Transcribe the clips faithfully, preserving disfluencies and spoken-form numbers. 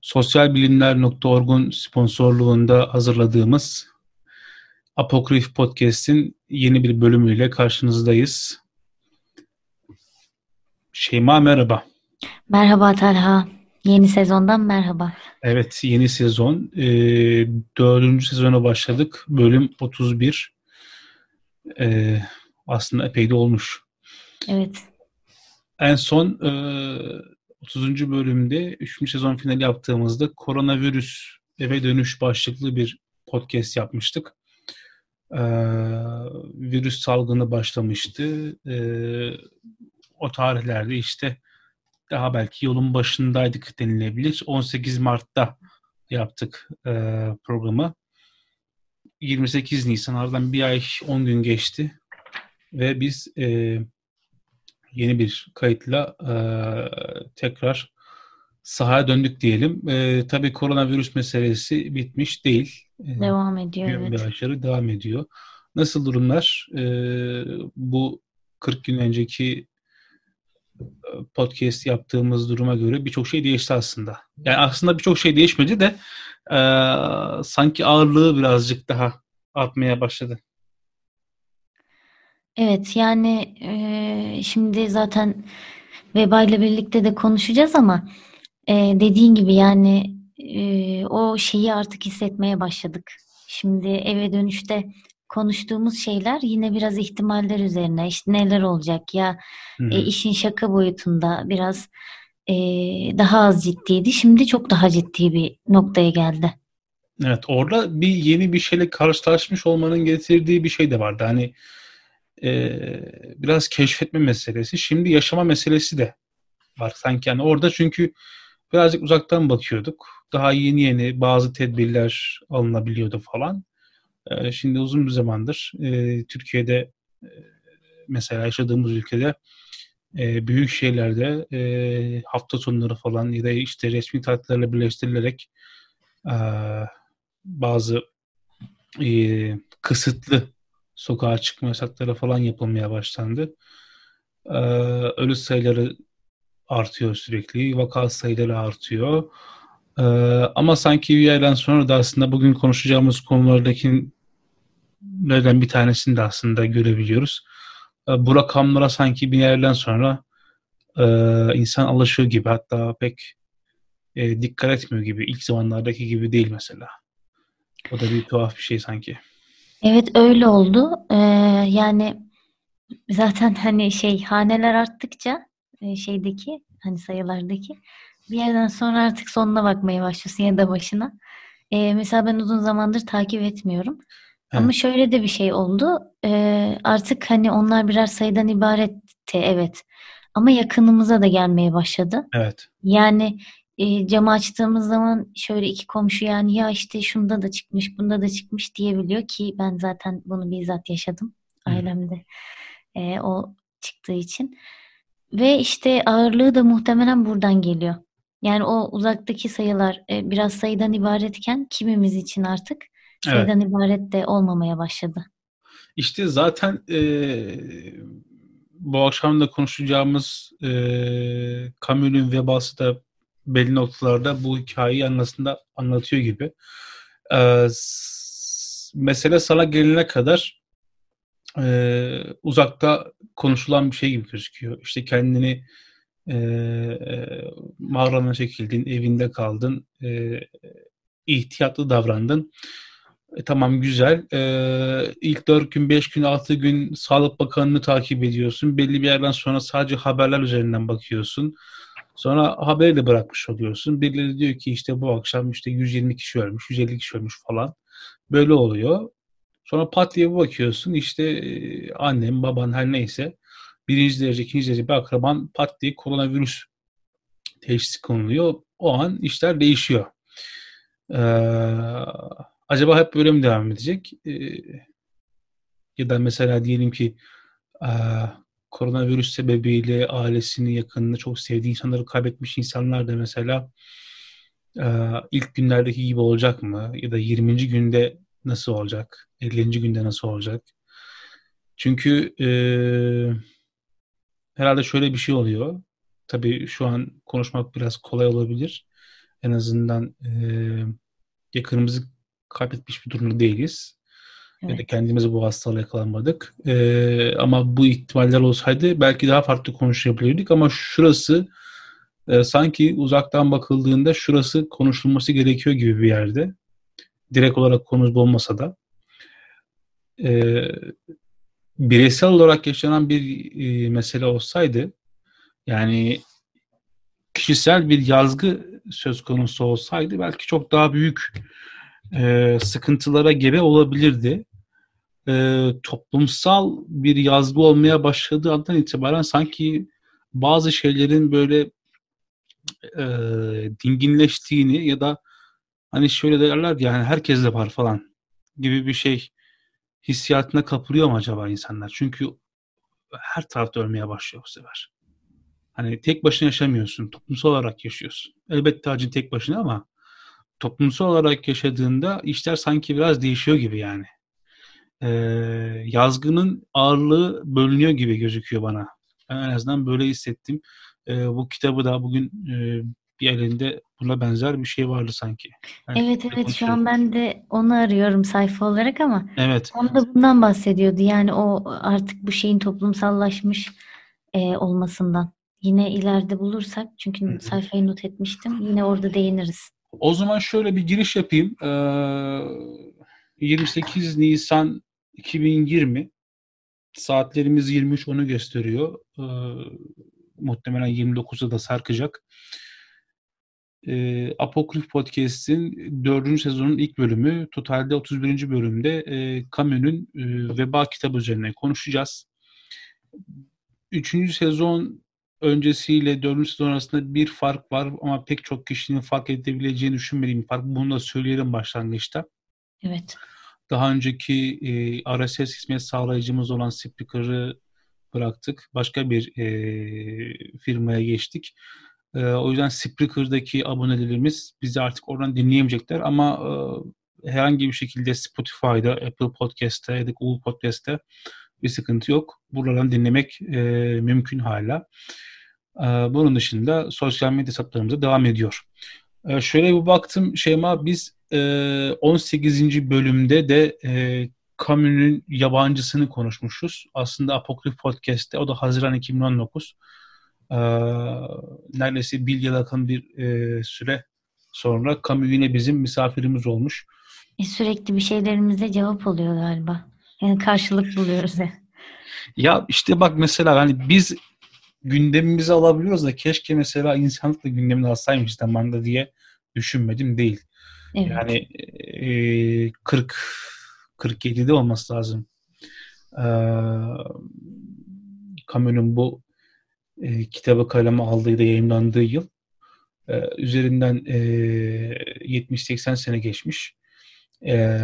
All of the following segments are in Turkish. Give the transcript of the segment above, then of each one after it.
sosyalbilimler nokta org'un sponsorluğunda hazırladığımız Apokrif Podcast'in yeni bir bölümüyle karşınızdayız. Şeyma merhaba. Merhaba Talha. Yeni sezondan merhaba. Evet, yeni sezon. E, dördüncü sezona başladık. Bölüm otuz bir. E, aslında epey de olmuş. Evet. En son e, otuzuncu bölümde üçüncü sezon finali yaptığımızda koronavirüs eve dönüş başlıklı bir podcast yapmıştık. Ee, virüs salgını başlamıştı. Ee, o tarihlerde işte daha belki yolun başındaydık denilebilir. on sekiz Mart'ta yaptık e, programı. yirmi sekiz Nisan aradan bir ay on gün geçti ve biz e, yeni bir kayıtla e, tekrar sahaya döndük diyelim. E, tabii koronavirüs meselesi bitmiş değil. E, Devam ediyor, bir, bir evet. aşırı devam ediyor. Nasıl durumlar? E, bu kırk gün önceki podcast yaptığımız duruma göre birçok şey değişti aslında. Yani aslında birçok şey değişmedi de e, sanki ağırlığı birazcık daha artmaya başladı. Evet, yani e, şimdi zaten vebayla birlikte de konuşacağız ama e, dediğin gibi yani e, o şeyi artık hissetmeye başladık. Şimdi eve dönüşte konuştuğumuz şeyler yine biraz ihtimaller üzerine. İşte neler olacak ya, Hı e, hı. işin şaka boyutunda biraz e, daha az ciddiydi. Şimdi çok daha ciddi bir noktaya geldi. Evet, orada bir yeni bir şeyle karşılaşmış olmanın getirdiği bir şey de vardı. Hani e, biraz keşfetme meselesi. Şimdi yaşama meselesi de var sanki. Yani orada çünkü birazcık uzaktan bakıyorduk. Daha yeni yeni bazı tedbirler alınabiliyordu falan. E, şimdi uzun bir zamandır e, Türkiye'de e, mesela yaşadığımız ülkede e, büyük şehirlerde e, hafta sonları falan ya da işte resmi tatillerle birleştirilerek e, bazı e, kısıtlı sokağa çıkma yasakları falan yapılmaya başlandı. E, ölü sayıları artıyor sürekli, vaka sayıları artıyor. E, ama sanki bir yerden sonra da aslında bugün konuşacağımız konulardaki nereden bir tanesini de aslında görebiliyoruz. E, bu rakamlara sanki bir yerden sonra e, insan alışıyor gibi, hatta pek e, dikkat etmiyor gibi. İlk zamanlardaki gibi değil mesela. O da bir tuhaf bir şey sanki. Evet, öyle oldu. Ee, yani zaten hani şey haneler arttıkça e, şeydeki hani sayılardaki bir yerden sonra artık sonuna bakmaya başlıyorsun ya da başına. Ee, mesela ben uzun zamandır takip etmiyorum. Ama Evet, şöyle de bir şey oldu. Ee, artık hani onlar birer sayıdan ibaretti, evet. Ama yakınımıza da gelmeye başladı. evet. Yani e, camı açtığımız zaman şöyle iki komşu yani ya işte şunda da çıkmış, bunda da çıkmış diyebiliyor ki ben zaten bunu bizzat yaşadım Hı hı. ailemde e, o çıktığı için. Ve işte ağırlığı da muhtemelen buradan geliyor. Yani o uzaktaki sayılar e, biraz sayıdan ibaretken kimimiz için artık Evet. sayıdan ibaret de olmamaya başladı. İşte zaten e, bu akşam da konuşacağımız e, Camus'un vebası da belli noktalarda bu hikayeyi aslında anlatıyor gibi. E, s- mesele sana gelene kadar e, uzakta konuşulan bir şey gibi gözüküyor. İşte kendini e, e, mağarana çekildin, evinde kaldın, e, ihtiyatlı davrandın. E, tamam, güzel. E, ilk dört gün, beş gün, altı gün Sağlık Bakanı'nı takip ediyorsun. Belli bir yerden sonra sadece haberler üzerinden bakıyorsun. Sonra haberi de bırakmış oluyorsun. Birileri diyor ki işte bu akşam işte yüz yirmi kişi ölmüş, yüz elli kişi ölmüş falan. Böyle oluyor. Sonra pat diye bir bakıyorsun işte e, annen, baban her neyse birinci derece, ikinci derece bir akraban pat diye koronavirüs teşhisi konuluyor. O an işler değişiyor. Ee, acaba hep böyle mi devam edecek? Ee, ya da mesela diyelim ki e, koronavirüs sebebiyle ailesini, yakınını, çok sevdiği insanları kaybetmiş insanlar da mesela e, ilk günlerdeki gibi olacak mı? Ya da yirminci günde nasıl olacak? ellinci günde nasıl olacak? Çünkü e, herhalde şöyle bir şey oluyor. Tabii şu an konuşmak biraz kolay olabilir. En azından e, yakınımızı kaybetmiş bir durumda değiliz. Evet. Ya da kendimizi bu hastalığa yakalanmadık. E, ama bu ihtimaller olsaydı belki daha farklı konuşabilirdik. Ama şurası e, sanki uzaktan bakıldığında şurası konuşulması gerekiyor gibi bir yerde. Direkt olarak konumuz olmasa da. E, bireysel olarak yaşanan bir e, mesele olsaydı, yani kişisel bir yazgı söz konusu olsaydı belki çok daha büyük e, sıkıntılara gebe olabilirdi. E, toplumsal bir yazgı olmaya başladığı andan itibaren sanki bazı şeylerin böyle e, dinginleştiğini ya da hani şöyle derler ya, yani herkes de var falan gibi bir şey hissiyatına kapılıyor mu acaba insanlar? Çünkü her tarafta ölmeye başlıyor bu sefer. Hani tek başına yaşamıyorsun, toplumsal olarak yaşıyorsun. Elbette acın tek başına ama toplumsal olarak yaşadığında işler sanki biraz değişiyor gibi yani. Ee, yazgının ağırlığı bölünüyor gibi gözüküyor bana. Ben en azından böyle hissettim. Ee, bu kitabı da bugün e, bir elinde buna benzer bir şey vardı sanki. Belki Evet evet, şu konuşuruz. an ben de onu arıyorum sayfa olarak ama Evet. tam da bundan bahsediyordu. Yani o artık bu şeyin toplumsallaşmış e, olmasından. Yine ileride bulursak, Hı çünkü hı. sayfayı not etmiştim. Yine orada değiniriz. O zaman şöyle bir giriş yapayım. Ee, yirmi sekiz Nisan iki bin yirmi, saatlerimiz yirmi üç onu gösteriyor. Ee, muhtemelen yirmi dokuzda da sarkacak. Ee, Apokrif Podcast'in dördüncü sezonun ilk bölümü. Totalde otuz birinci bölümde e, Camus'un e, Veba kitabı üzerine konuşacağız. Üçüncü sezon öncesiyle dördüncü sezon arasında bir fark var ama pek çok kişinin fark edebileceğini düşünmediğim bir fark. Bunu da söyleyelim başlangıçta. Evet. Daha önceki e, R S S hizmet sağlayıcımız olan Spreaker'ı bıraktık. Başka bir e, firmaya geçtik. E, o yüzden Spreaker'daki abonelerimiz bizi artık oradan dinleyemeyecekler ama e, herhangi bir şekilde Spotify'da, Apple Podcast'te ya da Google Podcast'te bir sıkıntı yok. Buradan dinlemek e, mümkün hala. E, bunun dışında sosyal medya hesaplarımıza devam ediyor. E, şöyle bir baktım Şeyma, biz e, on sekizinci bölümde de e, Camus'un Yabancısını konuşmuşuz. Aslında Apokrif Podcast'te, o da Haziran iki bin on dokuz. E, neredeyse bir yıla yakın bir e, süre sonra Camus yine bizim misafirimiz olmuş. E, sürekli bir şeylerimize cevap oluyor galiba. Yani karşılık buluyoruz ya. Ya işte bak mesela hani biz gündemimizi alabiliyoruz da keşke mesela insanlıkla gündemini alsaymış zamanında diye düşünmedim değil. Evet. Yani e, kırk kırk yedide olması lazım. E, Camus'un bu e, kitabı kaleme aldığı da yayınlandığı yıl. E, üzerinden e, yetmiş seksen sene geçmiş. E,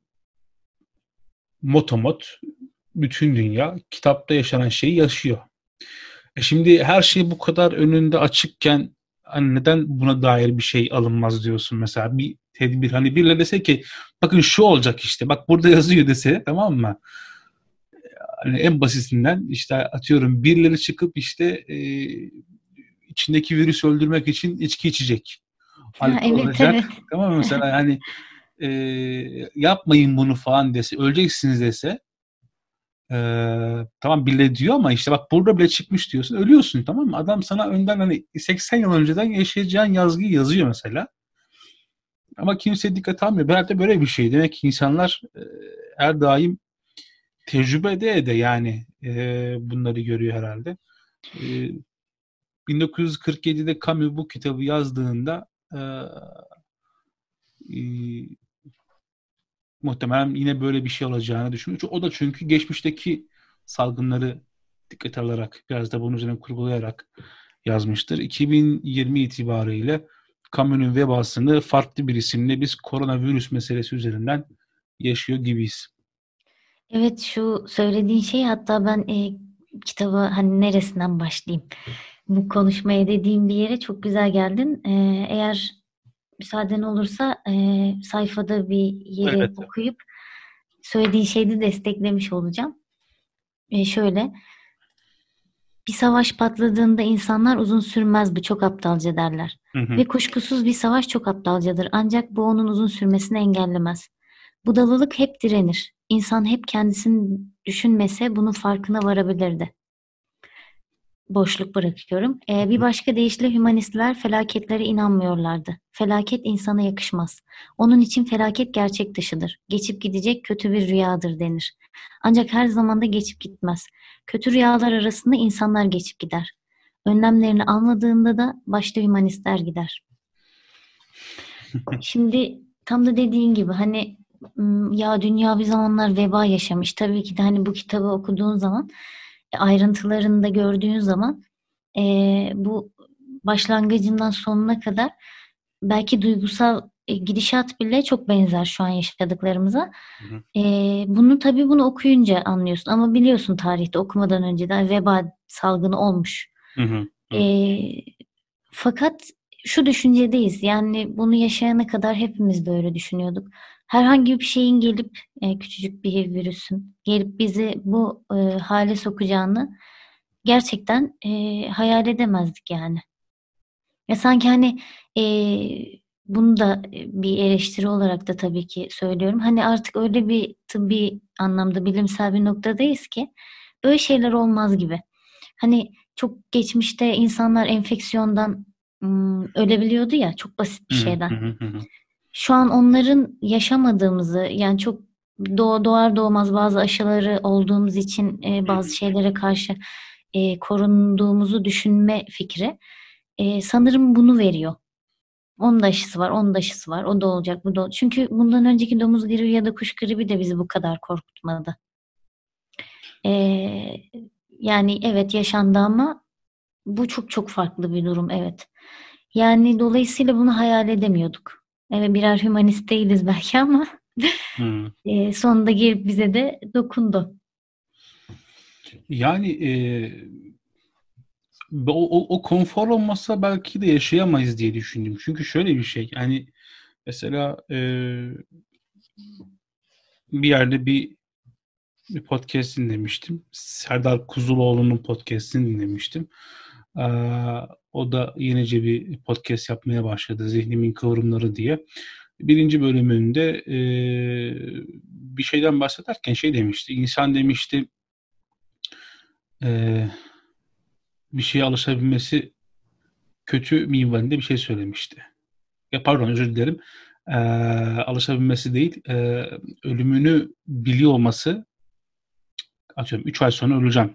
motomot bütün dünya kitapta yaşanan şeyi yaşıyor. E şimdi her şey bu kadar önünde açıkken hani neden buna dair bir şey alınmaz diyorsun mesela, bir tedbir, hani birileri dese ki bakın şu olacak işte bak burada yazıyor dese, tamam mı? Hani en basitinden işte atıyorum birileri çıkıp işte e, içindeki virüsü öldürmek için içki içecek. Ha, Alkol evet olacak. evet. Tamam mı? Mesela yani e, yapmayın bunu falan dese, öleceksiniz dese, Ee, tamam bile diyor ama işte bak burada bile çıkmış diyorsun, ölüyorsun, tamam mı? Adam sana önden hani seksen yıl önceden yaşayacağın yazgıyı yazıyor mesela. Ama kimse dikkat almıyor. Belki böyle bir şey. Demek ki insanlar e, her daim tecrübe ede de yani e, bunları görüyor herhalde. E, bin dokuz yüz kırk yedide Camus bu kitabı yazdığında e, e, muhtemelen yine böyle bir şey olacağını düşünüyor. O da çünkü geçmişteki salgınları dikkate alarak, biraz da bunun üzerine kurgulayarak yazmıştır. iki bin yirmi itibariyle Camus'un vebasını farklı bir isimle biz koronavirüs meselesi üzerinden yaşıyor gibiyiz. Evet, şu söylediğin şey, hatta ben e, kitabı hani neresinden başlayayım? Bu konuşmaya dediğim bir yere çok güzel geldin. E, eğer müsaaden olursa e, sayfada bir yeri Elbette. okuyup söylediğin şeyi de desteklemiş olacağım. E, şöyle, Bir savaş patladığında insanlar uzun sürmez bu çok aptalca derler. Hı hı. Ve kuşkusuz bir savaş çok aptalcadır. Ancak bu onun uzun sürmesini engellemez. Budalılık hep direnir. İnsan hep kendisini düşünmese bunun farkına varabilirdi. Boşluk bırakıyorum. Ee, bir başka deyişle hümanistler felaketlere inanmıyorlardı. Felaket insana yakışmaz. Onun için felaket gerçek dışıdır. Geçip gidecek kötü bir rüyadır denir. Ancak her zaman da geçip gitmez. Kötü rüyalar arasında insanlar geçip gider. Önlemlerini almadığında da başta hümanistler gider. Şimdi tam da dediğin gibi hani ya dünya bir zamanlar veba yaşamış. Tabii ki de hani bu kitabı okuduğun zaman ayrıntılarını da gördüğün zaman e, bu başlangıcından sonuna kadar belki duygusal e, gidişat bile çok benzer şu an yaşadıklarımıza. Hı hı. E, bunu tabii bunu okuyunca anlıyorsun ama biliyorsun tarihte okumadan önce de veba salgını olmuş. Hı hı. Hı. E, fakat şu düşüncedeyiz yani bunu yaşayana kadar hepimiz de öyle düşünüyorduk. Herhangi bir şeyin gelip e, küçücük bir virüsün gelip bizi bu e, hale sokacağını gerçekten e, hayal edemezdik yani. Ya sanki hani e, bunu da bir eleştiri olarak da tabii ki söylüyorum. Hani artık öyle bir tıbbi anlamda bilimsel bir noktadayız ki böyle şeyler olmaz gibi. Hani çok geçmişte insanlar enfeksiyondan ım, ölebiliyordu ya çok basit bir Hı hı. şeyden. Hı hı. Hı. Şu an onların yaşamadığımızı yani çok doğ, doğar doğmaz bazı aşıları olduğumuz için e, bazı şeylere karşı e, korunduğumuzu düşünme fikri e, sanırım bunu veriyor. Onun da aşısı var, onun da aşısı var, o da olacak, bu da olacak. Çünkü bundan önceki domuz gribi ya da kuş gribi de bizi bu kadar korkutmadı. E, yani evet yaşandı ama bu çok çok farklı bir durum, evet. Yani dolayısıyla bunu hayal edemiyorduk. Evet birer hümanist değiliz belki ama Hı. e, sonunda gelip bize de dokundu. Yani e, o, o, o konfor olmasa belki de yaşayamayız diye düşündüm. Çünkü şöyle bir şey. Yani mesela e, bir yerde bir, bir podcast dinlemiştim. Serdar Kuzuloğlu'nun podcastini dinlemiştim. Ee, o da yenice bir podcast yapmaya başladı. Zihnimin Kıvrımları diye. Birinci bölümünde e, bir şeyden bahsederken şey demişti. İnsan demişti e, bir şeye alışabilmesi kötü minvalinde bir şey söylemişti. Ya pardon özür dilerim. Ee, alışabilmesi değil, e, ölümünü biliyor olması, atıyorum üç ay sonra öleceğim.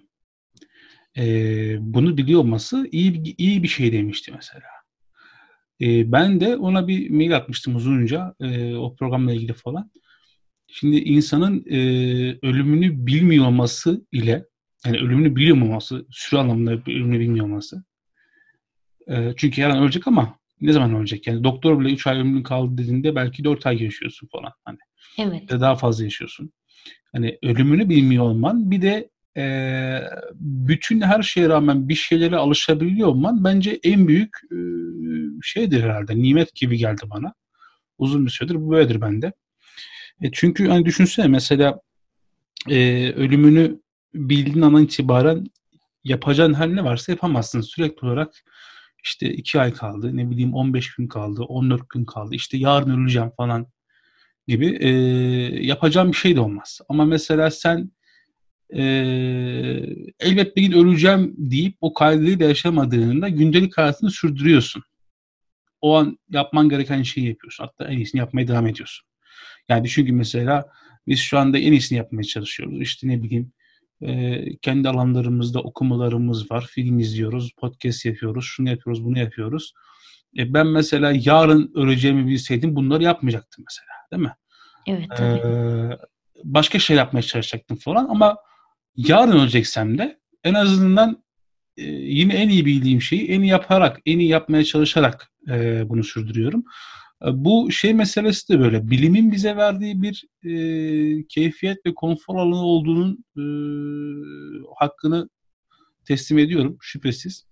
Ee, bunu biliyor olması iyi, iyi bir şey demişti mesela. Ee, ben de ona bir mail atmıştım uzunca e, o programla ilgili falan. Şimdi insanın e, ölümünü bilmiyor olması ile yani ölümünü biliyor olması, süre anlamında ölümünü bilmiyor olması. E, çünkü her an ölecek ama ne zaman ölecek? Yani doktor bile üç ay ömrün kaldı dediğinde belki dört ay yaşıyorsun falan. Hani Evet. ya da daha fazla yaşıyorsun. Hani ölümünü bilmiyor olman bir de e, bütün her şeye rağmen bir şeylere alışabiliyor olman bence en büyük e, şeydir herhalde. Nimet gibi geldi bana. Uzun bir süredir bu böyledir bende. E, çünkü hani düşünsene mesela e, ölümünü bildiğin andan itibaren yapacağın her ne varsa yapamazsın. Sürekli olarak işte iki ay kaldı, ne bileyim on beş gün kaldı, on dört gün kaldı, işte yarın öleceğim falan gibi e, yapacağım bir şey de olmaz. Ama mesela sen e, elbet bir gün öleceğim deyip o kaygıyı da yaşamadığında gündelik hayatını sürdürüyorsun. O an yapman gereken şeyi yapıyorsun. Hatta en iyisini yapmaya devam ediyorsun. Yani düşün ki mesela biz şu anda en iyisini yapmaya çalışıyoruz. İşte ne bileyim e, kendi alanlarımızda okumalarımız var. Film izliyoruz, podcast yapıyoruz, şunu yapıyoruz, bunu yapıyoruz. E, ben mesela yarın öleceğimi bilseydim bunları yapmayacaktım mesela. Değil mi? Evet tabii. Ee, başka şey yapmaya çalışacaktım falan ama yarın öleceksem de en azından e, yine en iyi bildiğim şeyi en iyi yaparak, en iyi yapmaya çalışarak e, bunu sürdürüyorum. E, bu şey meselesi de böyle. Bilimin bize verdiği bir e, keyfiyet ve konfor alanı olduğunun e, hakkını teslim ediyorum şüphesiz.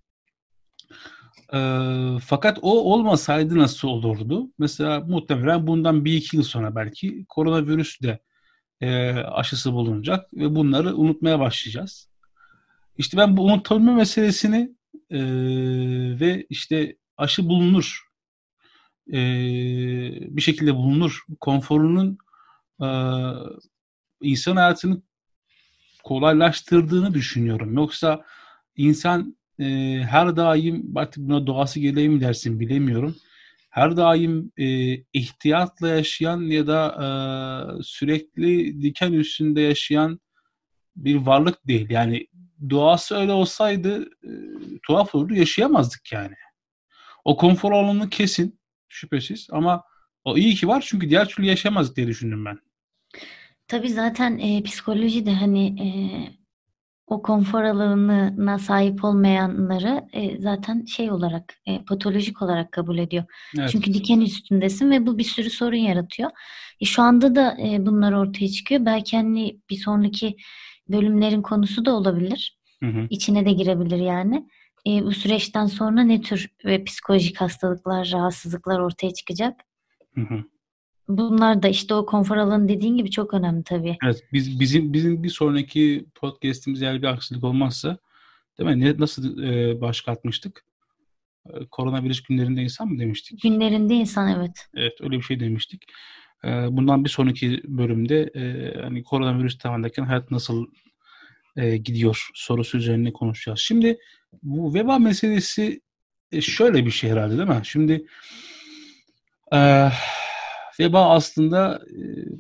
E, fakat o olmasaydı nasıl olurdu? Mesela muhtemelen bundan bir iki yıl sonra belki koronavirüs de e, aşısı bulunacak ve bunları unutmaya başlayacağız. İşte ben bu unutabilme meselesini e, ve işte aşı bulunur, e, bir şekilde bulunur konforunun e, insan hayatını kolaylaştırdığını düşünüyorum. Yoksa insan e, her daim, artık buna doğası gereği mi dersin bilemiyorum, her daim e, ihtiyatla yaşayan ya da e, sürekli diken üstünde yaşayan bir varlık değil. Yani doğası öyle olsaydı e, tuhaf olurdu, yaşayamazdık yani. O konfor alanı kesin, şüphesiz, ama o iyi ki var, çünkü diğer türlü yaşayamazdık diye düşündüm ben. Tabii zaten e, psikoloji de hani e, o konfor alanına sahip olmayanları e, zaten şey olarak e, patolojik olarak kabul ediyor. Evet. Çünkü diken üstündesin ve bu bir sürü sorun yaratıyor. E, şu anda da e, bunlar ortaya çıkıyor. Belki hani bir sonraki bölümlerin konusu da olabilir. Hı hı. İçine de girebilir yani. E, bu süreçten sonra ne tür ve psikolojik hastalıklar, rahatsızlıklar ortaya çıkacak? Hı hı. Bunlar da işte o konfor alanı dediğin gibi çok önemli tabii. Evet, biz bizim bizim bir sonraki podcast'imiz eğer bir aksilik olmazsa, değil mi? Ne, nasıl e, başlık atmıştık? E, koronavirüs günlerinde insan mı demiştik? Günlerinde insan, evet. Evet, öyle bir şey demiştik. E, bundan bir sonraki bölümde e, hani koronavirüs tamamen hayat nasıl e, gidiyor sorusu üzerine konuşacağız. Şimdi bu veba meselesi e, şöyle bir şey herhalde, değil mi? Şimdi e, veba aslında e,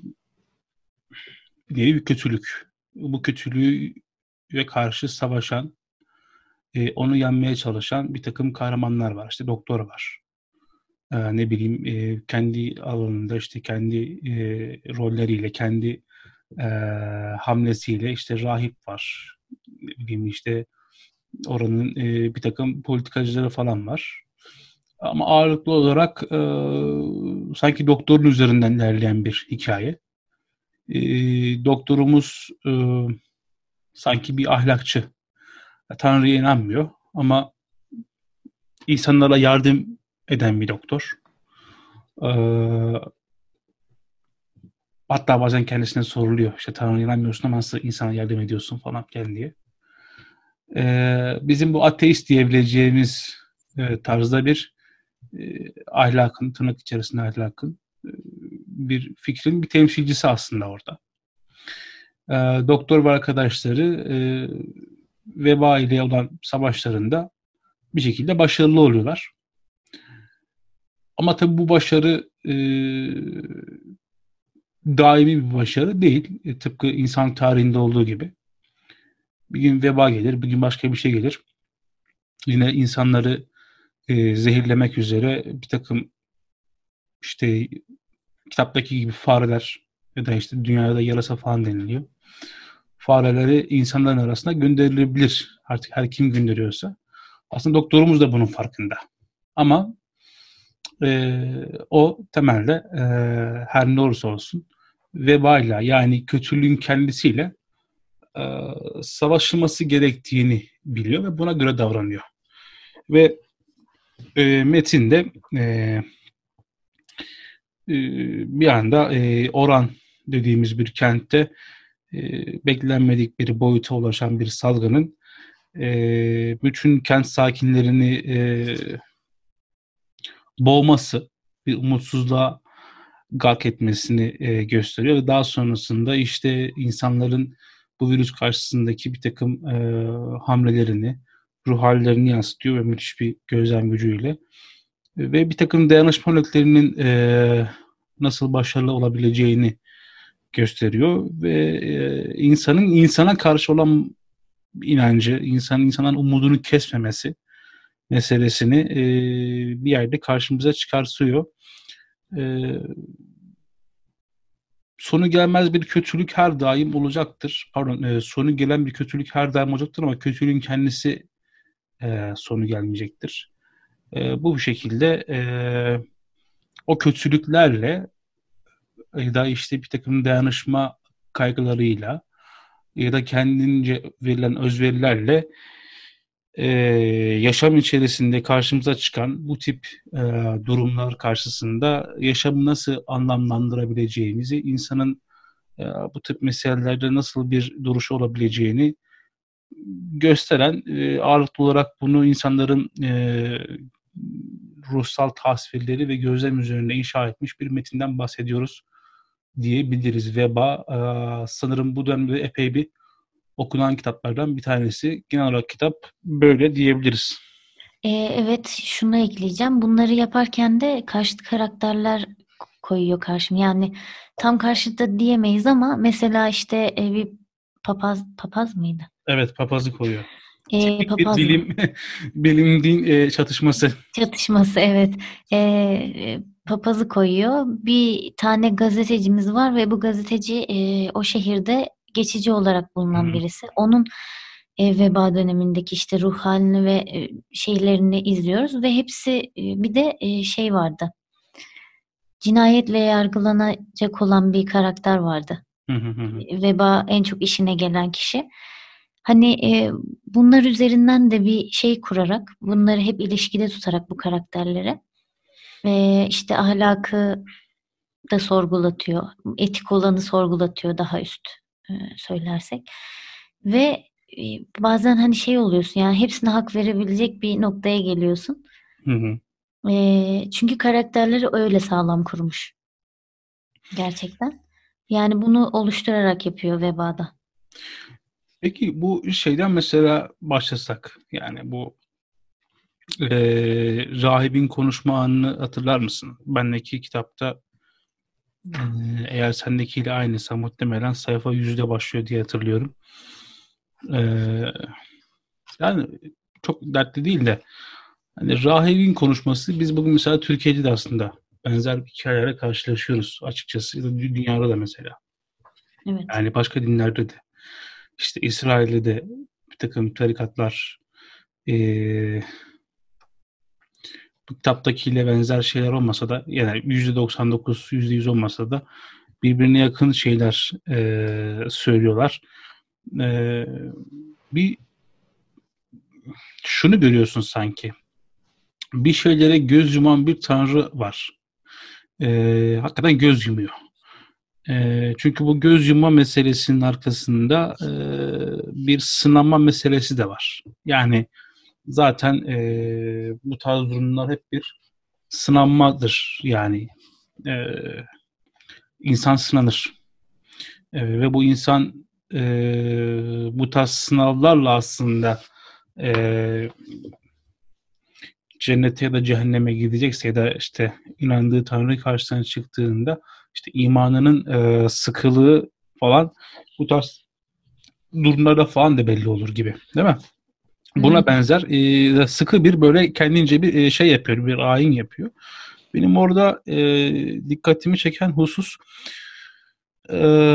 bir nevi bir kötülük. Bu kötülüğü ve karşı savaşan, e, onu yenmeye çalışan bir takım kahramanlar var. İşte doktor var. E, ne bileyim e, kendi alanında işte kendi e, rolleriyle, kendi e, hamlesiyle işte rahip var. Ne bileyim işte oranın e, bir takım politikacıları falan var. Ama ağırlıklı olarak e, sanki doktorun üzerinden ilerleyen bir hikaye. E, doktorumuz e, sanki bir ahlakçı. Tanrı'ya inanmıyor ama insanlara yardım eden bir doktor. Ee, hatta bazen kendisine soruluyor. İşte Tanrı'ya inanmıyorsun ama nasıl insana yardım ediyorsun falan filan diye. Ee, bizim bu ateist diyebileceğimiz e, tarzda bir e, ahlakın, tırnak içerisinde ahlakın e, bir fikrin bir temsilcisi aslında orada. E, doktor ve arkadaşları e, veba ile olan savaşlarında bir şekilde başarılı oluyorlar. Ama tabii bu başarı e, daimi bir başarı değil. E, tıpkı insan tarihinde olduğu gibi. Bir gün veba gelir, bir gün başka bir şey gelir. Yine insanları e, zehirlemek üzere bir takım işte kitaptaki gibi fareler ya da işte dünyada yarasa falan deniliyor. Fareleri insanların arasına gönderilebilir. Artık her kim gönderiyorsa. Aslında doktorumuz da bunun farkında. Ama e, o temelde e, her ne olursa olsun vebayla, yani kötülüğün kendisiyle e, savaşılması gerektiğini biliyor ve buna göre davranıyor. Ve e, metinde e, e, bir anda e, Oran dediğimiz bir kentte e, beklenmedik bir boyuta ulaşan bir salgının e, bütün kent sakinlerini e, boğması, bir umutsuzluğa gark etmesini e, gösteriyor ve daha sonrasında işte insanların bu virüs karşısındaki bir takım e, hamlelerini, ruh hallerini yansıtıyor ve müthiş bir gözlem gücüyle ve bir takım dayanışma örneklerinin e, nasıl başarılı olabileceğini gösteriyor ve e, insanın insana karşı olan inancı, insanın insanın umudunu kesmemesi meselesini e, bir yerde karşımıza çıkartıyor. E, sonu gelmez bir kötülük her daim olacaktır. Pardon, e, sonu gelen bir kötülük her daim olacaktır ama kötülüğün kendisi e, sonu gelmeyecektir. E, bu bir şekilde e, o kötülüklerle ya da işte bir takım dayanışma kaygılarıyla ya da kendince verilen özverilerle e, yaşam içerisinde karşımıza çıkan bu tip e, durumlar karşısında yaşamı nasıl anlamlandırabileceğimizi, insanın e, bu tip meselelerde nasıl bir duruşu olabileceğini gösteren, e, ağırlıklı olarak bunu insanların e, ruhsal tasvirleri ve gözlem üzerine inşa etmiş bir metinden bahsediyoruz diyebiliriz. Veba e, sanırım bu dönemde epey bir okunan kitaplardan bir tanesi. Genel olarak kitap böyle diyebiliriz. Ee, evet, şunu ekleyeceğim. Bunları yaparken de karşıt karakterler koyuyor karşıma. Yani tam karşıta diyemeyiz ama mesela işte e, bir papaz papaz mıydı? Evet, papazı koyuyor. Ee, Tipik bir papaz mı? bilim bilim din e, çatışması. Çatışması, evet. Ee, papazı koyuyor. Bir tane gazetecimiz var ve bu gazeteci e, o şehirde geçici olarak bulunan Hı. birisi. Onun e, veba dönemindeki işte ruh halini ve e, şeylerini izliyoruz ve hepsi e, bir de e, şey vardı. Cinayetle yargılanacak olan bir karakter vardı. Hı hı hı. Veba en çok işine gelen kişi. Hani e, bunlar üzerinden de bir şey kurarak, bunları hep ilişkide tutarak bu karakterlere e, işte ahlakı da sorgulatıyor, etik olanı sorgulatıyor daha üst e, söylersek. Ve e, bazen hani şey oluyorsun yani hepsine hak verebilecek bir noktaya geliyorsun. Hı hı. E, çünkü karakterleri öyle sağlam kurmuş gerçekten. Yani bunu oluşturarak yapıyor Veba'da. Peki bu şeyden mesela başlasak, yani bu e, rahibin konuşma anını hatırlar mısın? Bendeki kitapta e, eğer sendekiyle aynıysa muhtemelen sayfa yüzde başlıyor diye hatırlıyorum. E, yani çok dertli değil de hani rahibin konuşması, biz bugün mesela Türkiye'de de aslında benzer hikayelerle karşılaşıyoruz açıkçası. Ya da dü- dünyada da mesela. Evet. Yani başka dinlerde de. İşte İsrail'de de bir takım tarikatlar e, bu kitaptakiyle benzer şeyler olmasa da, yani yüzde doksan dokuz, yüzde yüz olmasa da birbirine yakın şeyler e, söylüyorlar. E, bir şunu görüyorsun sanki. Bir şeylere göz yuman bir tanrı var. E, hakikaten göz yumuyor. E, çünkü bu göz yumma meselesinin arkasında e, bir sınama meselesi de var. Yani zaten e, bu tarz durumlar hep bir sınanmadır. Yani e, insan sınanır. E, ve bu insan e, bu tarz sınavlarla aslında e, cennete ya da cehenneme gidecekse ya da işte inandığı Tanrı karşısına çıktığında işte imanının e, sıkılığı falan bu tarz durumlarda falan da belli olur gibi. Değil mi? Buna Hı. benzer e, sıkı bir böyle kendince bir e, şey yapıyor, bir ayin yapıyor. Benim orada e, dikkatimi çeken husus e,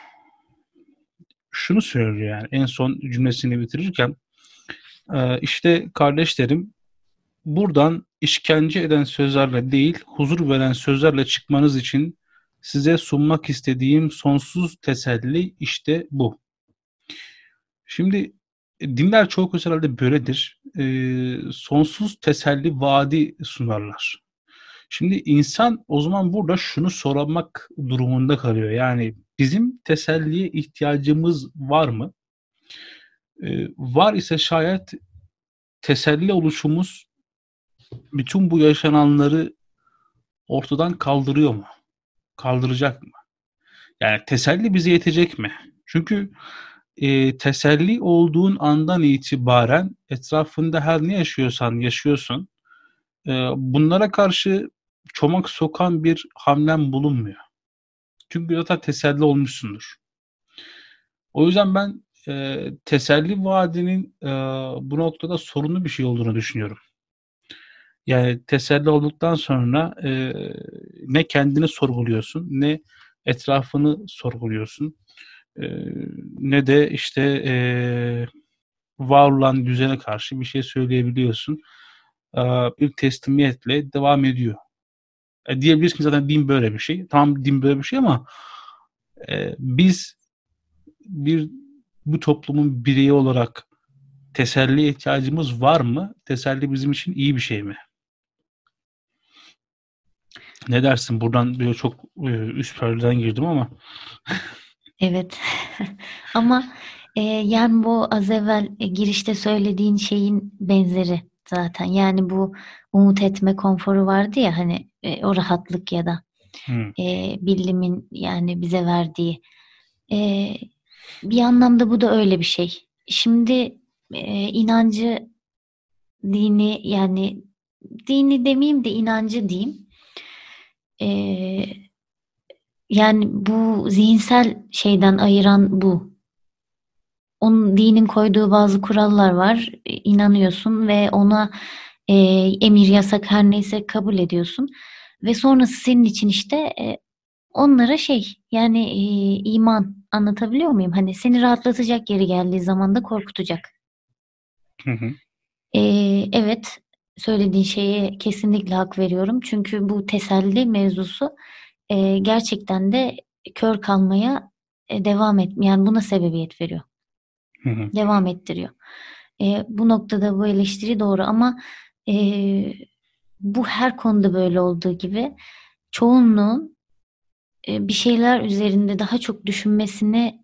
şunu söylüyor, yani en son cümlesini bitirirken e, işte kardeşlerim, buradan işkence eden sözlerle değil, huzur veren sözlerle çıkmanız için size sunmak istediğim sonsuz teselli işte bu. Şimdi e, dinler çoğu kez herhalde böyledir. E, sonsuz teselli vaadi sunarlar. Şimdi insan o zaman burada şunu sormak durumunda kalıyor. Yani bizim teselliye ihtiyacımız var mı? E, var ise şayet teselli oluşumuz bütün bu yaşananları ortadan kaldırıyor mu? Kaldıracak mı? Yani teselli bize yetecek mi? Çünkü e, teselli olduğun andan itibaren etrafında her ne yaşıyorsan yaşıyorsun. E, bunlara karşı çomak sokan bir hamlen bulunmuyor. Çünkü zaten teselli olmuşsundur. O yüzden ben e, teselli vaadinin e, bu noktada sorunlu bir şey olduğunu düşünüyorum. Yani teselli olduktan sonra e, ne kendini sorguluyorsun, ne etrafını sorguluyorsun, e, ne de işte e, var olan düzene karşı bir şey söyleyebiliyorsun. E, bir teslimiyetle devam ediyor. E, diyebiliriz ki zaten din böyle bir şey. Tamam, din böyle bir şey ama e, biz bir bu toplumun bireyi olarak teselliye ihtiyacımız var mı? Teselli bizim için iyi bir şey mi? Ne dersin? Buradan böyle çok e, üst perdeden girdim ama. Evet. Ama E, yani bu az evvel e, girişte söylediğin şeyin benzeri zaten. Yani bu umut etme konforu vardı ya hani e, o rahatlık ya da Hmm. e, bilimin yani bize verdiği. E, Bir anlamda bu da öyle bir şey. Şimdi e, inancı, dini yani dini demeyeyim de inancı diyeyim. E, Yani bu zihinsel şeyden ayıran bu. Onun dinin koyduğu bazı kurallar var. E, inanıyorsun ve ona e, emir yasak her neyse kabul ediyorsun. Ve sonrası senin için işte e, onlara şey yani e, iman anlatabiliyor muyum? Hani seni rahatlatacak yeri geldiği zaman da korkutacak. Hı hı. E, evet söylediğin şeye kesinlikle hak veriyorum. Çünkü bu teselli mevzusu e, gerçekten de kör kalmaya e, devam et yani buna sebebiyet veriyor. Hı hı. Devam ettiriyor. E, bu noktada bu eleştiri doğru ama e, bu her konuda böyle olduğu gibi çoğunluğun e, bir şeyler üzerinde daha çok düşünmesini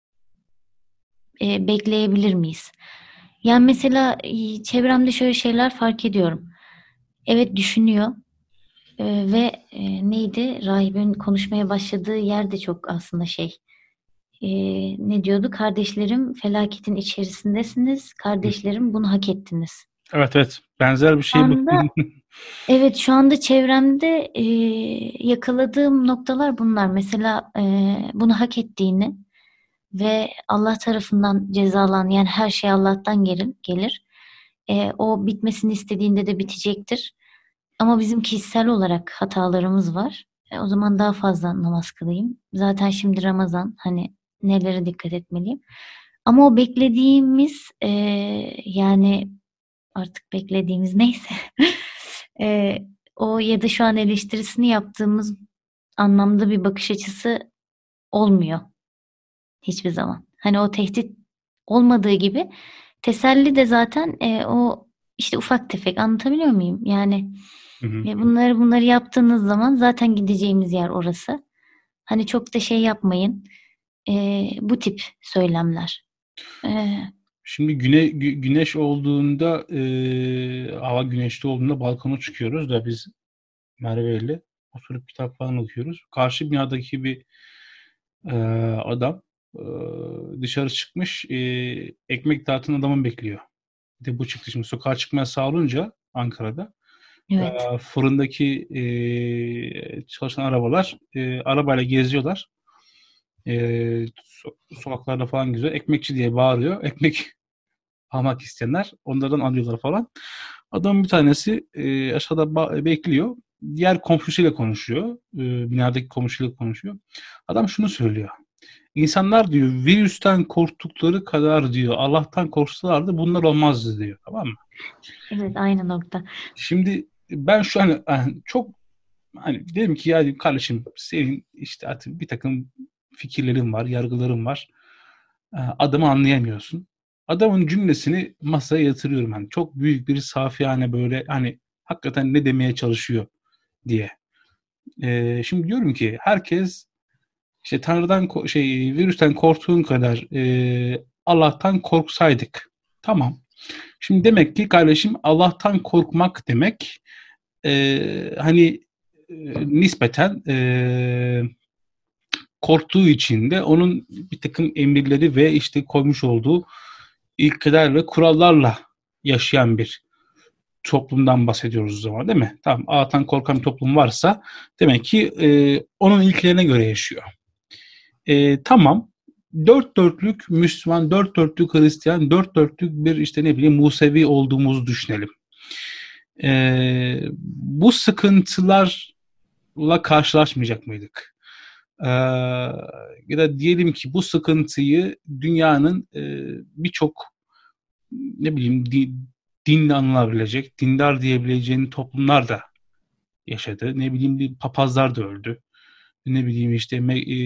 e, bekleyebilir miyiz? Yani mesela e, çevremde şöyle şeyler fark ediyorum. Evet düşünüyor e, ve e, neydi? Rahibin konuşmaya başladığı yer de çok aslında şey. E, Ne diyordu? Kardeşlerim felaketin içerisindesiniz. Hı. Kardeşlerim bunu hak ettiniz. Evet, evet. Benzer bir Şu şey bu. anda evet şu anda çevremde e, yakaladığım noktalar bunlar. Mesela e, bunu hak ettiğini ve Allah tarafından cezalan yani her şey Allah'tan gelir. gelir. E, o bitmesini istediğinde de bitecektir. Ama bizim kişisel olarak hatalarımız var. E, o zaman daha fazla namaz kılayım. Zaten şimdi Ramazan hani nelere dikkat etmeliyim. Ama o beklediğimiz e, yani artık beklediğimiz neyse e, o ya da şu an eleştirisini yaptığımız anlamda bir bakış açısı olmuyor hiçbir zaman. Hani o tehdit olmadığı gibi teselli de zaten e, o işte ufak tefek anlatabiliyor muyum? Yani Hı hı. e, bunları bunları yaptığınız zaman zaten gideceğimiz yer orası. Hani çok da şey yapmayın. E, bu tip söylemler. E, Şimdi güne, gü- güneş olduğunda e, hava güneşli olduğunda balkona çıkıyoruz da biz Merve ile oturup kitap falan okuyoruz. Karşı binadaki bir e, adam e, dışarı çıkmış e, ekmek dağıtan adamı bekliyor. Bir de bu çıktı şimdi sokağa çıkmaya sağlanınca Ankara'da evet. e, fırındaki e, çalışan arabalar e, arabayla geziyorlar. E, so- Sokaklarda falan geziyor. Ekmekçi diye bağırıyor. Ekmek almak isteyenler onlardan alıyorlar falan. Adam bir tanesi e, aşağıda ba- bekliyor. Diğer komşusuyla konuşuyor. E, binadaki komşuyla konuşuyor. Adam şunu söylüyor. İnsanlar diyor virüsten korktukları kadar diyor Allah'tan korksalardı bunlar olmazdı diyor. Tamam mı? Evet aynı nokta. Şimdi ben şu an yani çok hani dedim ki ya dedim, kardeşim senin işte artık bir takım fikirlerin var, yargıların var. E, Adamı anlayamıyorsun. Adamın cümlesini masaya yatırıyorum. Hani çok büyük bir safiyane böyle hani hakikaten ne demeye çalışıyor diye. E, şimdi diyorum ki herkes işte Tanrı'dan ko- şey virüsten korktuğun kadar e, Allah'tan korksaydık. Tamam. Şimdi demek ki kardeşim Allah'tan korkmak demek e, hani e, nispeten e, korktuğu için de onun bir takım emirleri ve işte koymuş olduğu ilkeler ve kurallarla yaşayan bir toplumdan bahsediyoruz o zaman değil mi? Tamam Allah'tan korkan bir toplum varsa demek ki e, onun ilkelerine göre yaşıyor. E, tamam dört dörtlük Müslüman, dört dörtlük Hristiyan, dört dörtlük bir işte ne bileyim Musevi olduğumuzu düşünelim. E, Bu sıkıntılarla karşılaşmayacak mıydık? Ee, Ya da diyelim ki bu sıkıntıyı dünyanın e, birçok ne bileyim di, dinle anılabilecek, dindar diyebileceğin toplumlar da yaşadı. Ne bileyim bir papazlar da öldü. Ne bileyim işte me, e,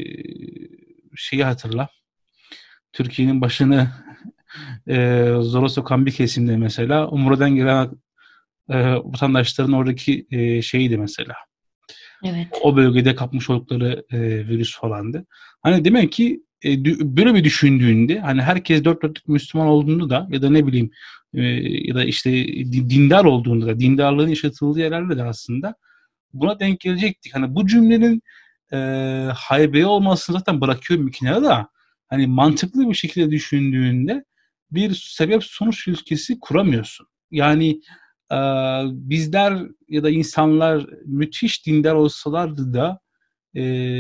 şeyi hatırla. Türkiye'nin başını e, zora sokan bir kesimde mesela Umre'den gelen e, vatandaşların oradaki e, şeyiydi mesela. Evet. O bölgede kapmış oldukları e, virüs falandı. Hani demek ki e, böyle bir düşündüğünde hani herkes dört dörtlük Müslüman olduğunda da ya da ne bileyim e, ya da işte dindar olduğunda da dindarlığın yaşatıldığı yerlerde de aslında buna denk gelecektik. Hani bu cümlenin e, haybe olmasını zaten bırakıyorum bir kenara da hani mantıklı bir şekilde düşündüğünde bir sebep sonuç ilişkisi kuramıyorsun. Yani e, bizler ya da insanlar müthiş dindar olsalardı da e,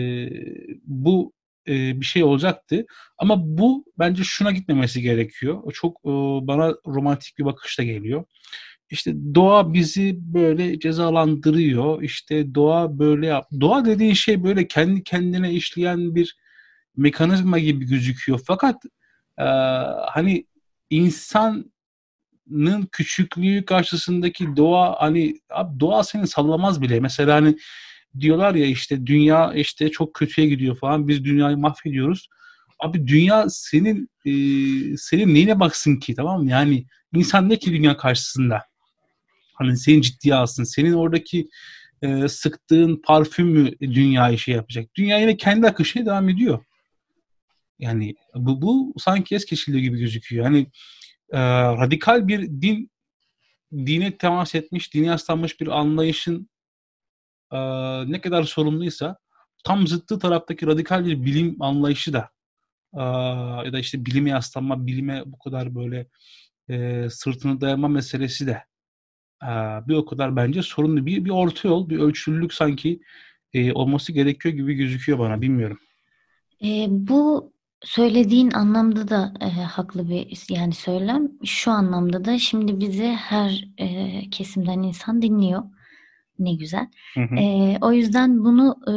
bu e, bir şey olacaktı. Ama bu bence şuna gitmemesi gerekiyor. O çok e, bana romantik bir bakışla geliyor. İşte doğa bizi böyle cezalandırıyor. İşte doğa böyle yap. Doğa dediğin şey böyle kendi kendine işleyen bir mekanizma gibi gözüküyor. Fakat e, hani insanın küçüklüğü karşısındaki doğa hani abi doğa seni sallamaz bile. Mesela hani diyorlar ya işte dünya işte çok kötüye gidiyor falan. Biz dünyayı mahvediyoruz. Abi dünya senin e, senin neyine baksın ki, tamam mı? Yani insan ne ki dünya karşısında? Hani seni ciddiye alsın. Senin oradaki e, sıktığın parfüm mü dünyayı şey yapacak? Dünya yine kendi akışına devam ediyor. Yani bu, bu sanki es geçiliyor gibi gözüküyor. Hani e, radikal bir din dine temas etmiş, dine yaslanmış bir anlayışın e, ne kadar sorumluysa tam zıttı taraftaki radikal bir bilim anlayışı da e, ya da işte bilime yaslanma, bilime bu kadar böyle e, sırtını dayama meselesi de e, bir o kadar bence sorunlu. Bir, bir orta yol, bir ölçülülük sanki e, olması gerekiyor gibi gözüküyor bana. Bilmiyorum. E, bu söylediğin anlamda da e, haklı bir yani söylem. Şu anlamda da şimdi bizi her e, kesimden insan dinliyor. Ne güzel. Hı hı. E, o yüzden bunu e,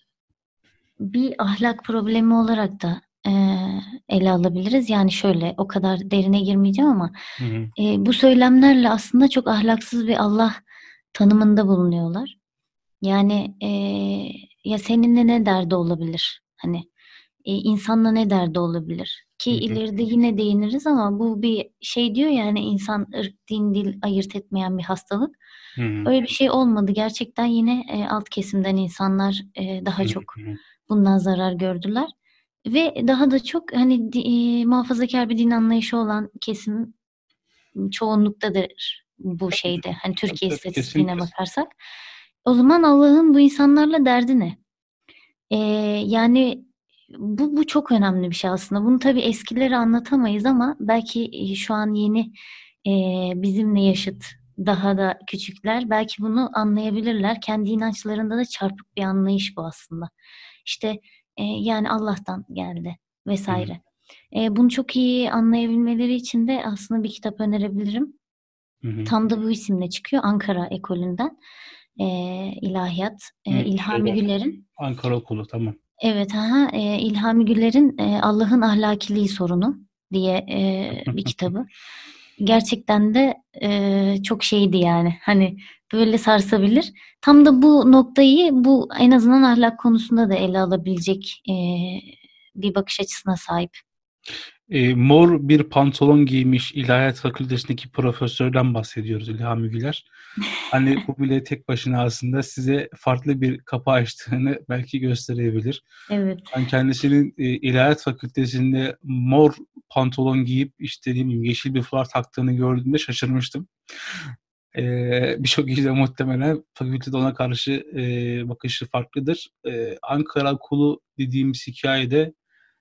bir ahlak problemi olarak da e, ele alabiliriz. Yani şöyle o kadar derine girmeyeceğim ama Hı hı. e, bu söylemlerle aslında çok ahlaksız bir Allah tanımında bulunuyorlar. Yani e, ya seninle ne derdi olabilir? Hani e, insanla ne derdi olabilir? Ki Hı hı. ileride yine değiniriz ama bu bir şey diyor yani insan ırk, din, dil ayırt etmeyen bir hastalık. Hı hı. Öyle bir şey olmadı. Gerçekten yine e, alt kesimden insanlar e, daha çok Hı hı. bundan zarar gördüler. Ve daha da çok hani di- e, muhafazakar bir din anlayışı olan kesim çoğunluktadır bu şeyde. Hani Tabii, Türkiye tabii, istatistiğine kesinlikle. bakarsak. O zaman Allah'ın bu insanlarla derdi ne? Ee, yani bu, bu çok önemli bir şey aslında. Bunu tabii eskileri anlatamayız ama belki e, şu an yeni e, bizimle yaşıt daha da küçükler belki bunu anlayabilirler. Kendi inançlarında da çarpık bir anlayış bu aslında. İşte e, yani Allah'tan geldi Hı hı. vesaire. E, bunu çok iyi anlayabilmeleri için de aslında bir kitap önerebilirim. Hı hı. Tam da bu isimle çıkıyor Ankara ekolünden. E, ilahiyat. E, Hı, şey İlhami var. Güler'in. Ankara Okulu, tamam. Evet, aha, e, İlhami Güler'in e, Allah'ın Ahlakiliği Sorunu diye e, bir kitabı. Gerçekten de e, çok şeydi yani. Hani böyle sarsabilir. Tam da bu noktayı bu en azından ahlak konusunda da ele alabilecek e, bir bakış açısına sahip. E, mor bir pantolon giymiş ilahiyat fakültesindeki profesörden bahsediyoruz, İlhami Güler. Hani bu bile tek başına aslında size farklı bir kapı açtığını belki gösterebilir. Evet. Ben kendisinin e, ilahiyat fakültesinde mor pantolon giyip işte ne bileyim yeşil bir fular taktığını gördüğümde şaşırmıştım. E, Birçok kişi de muhtemelen fakültede ona karşı e, bakışı farklıdır. E, Ankara Okulu dediğimiz hikayede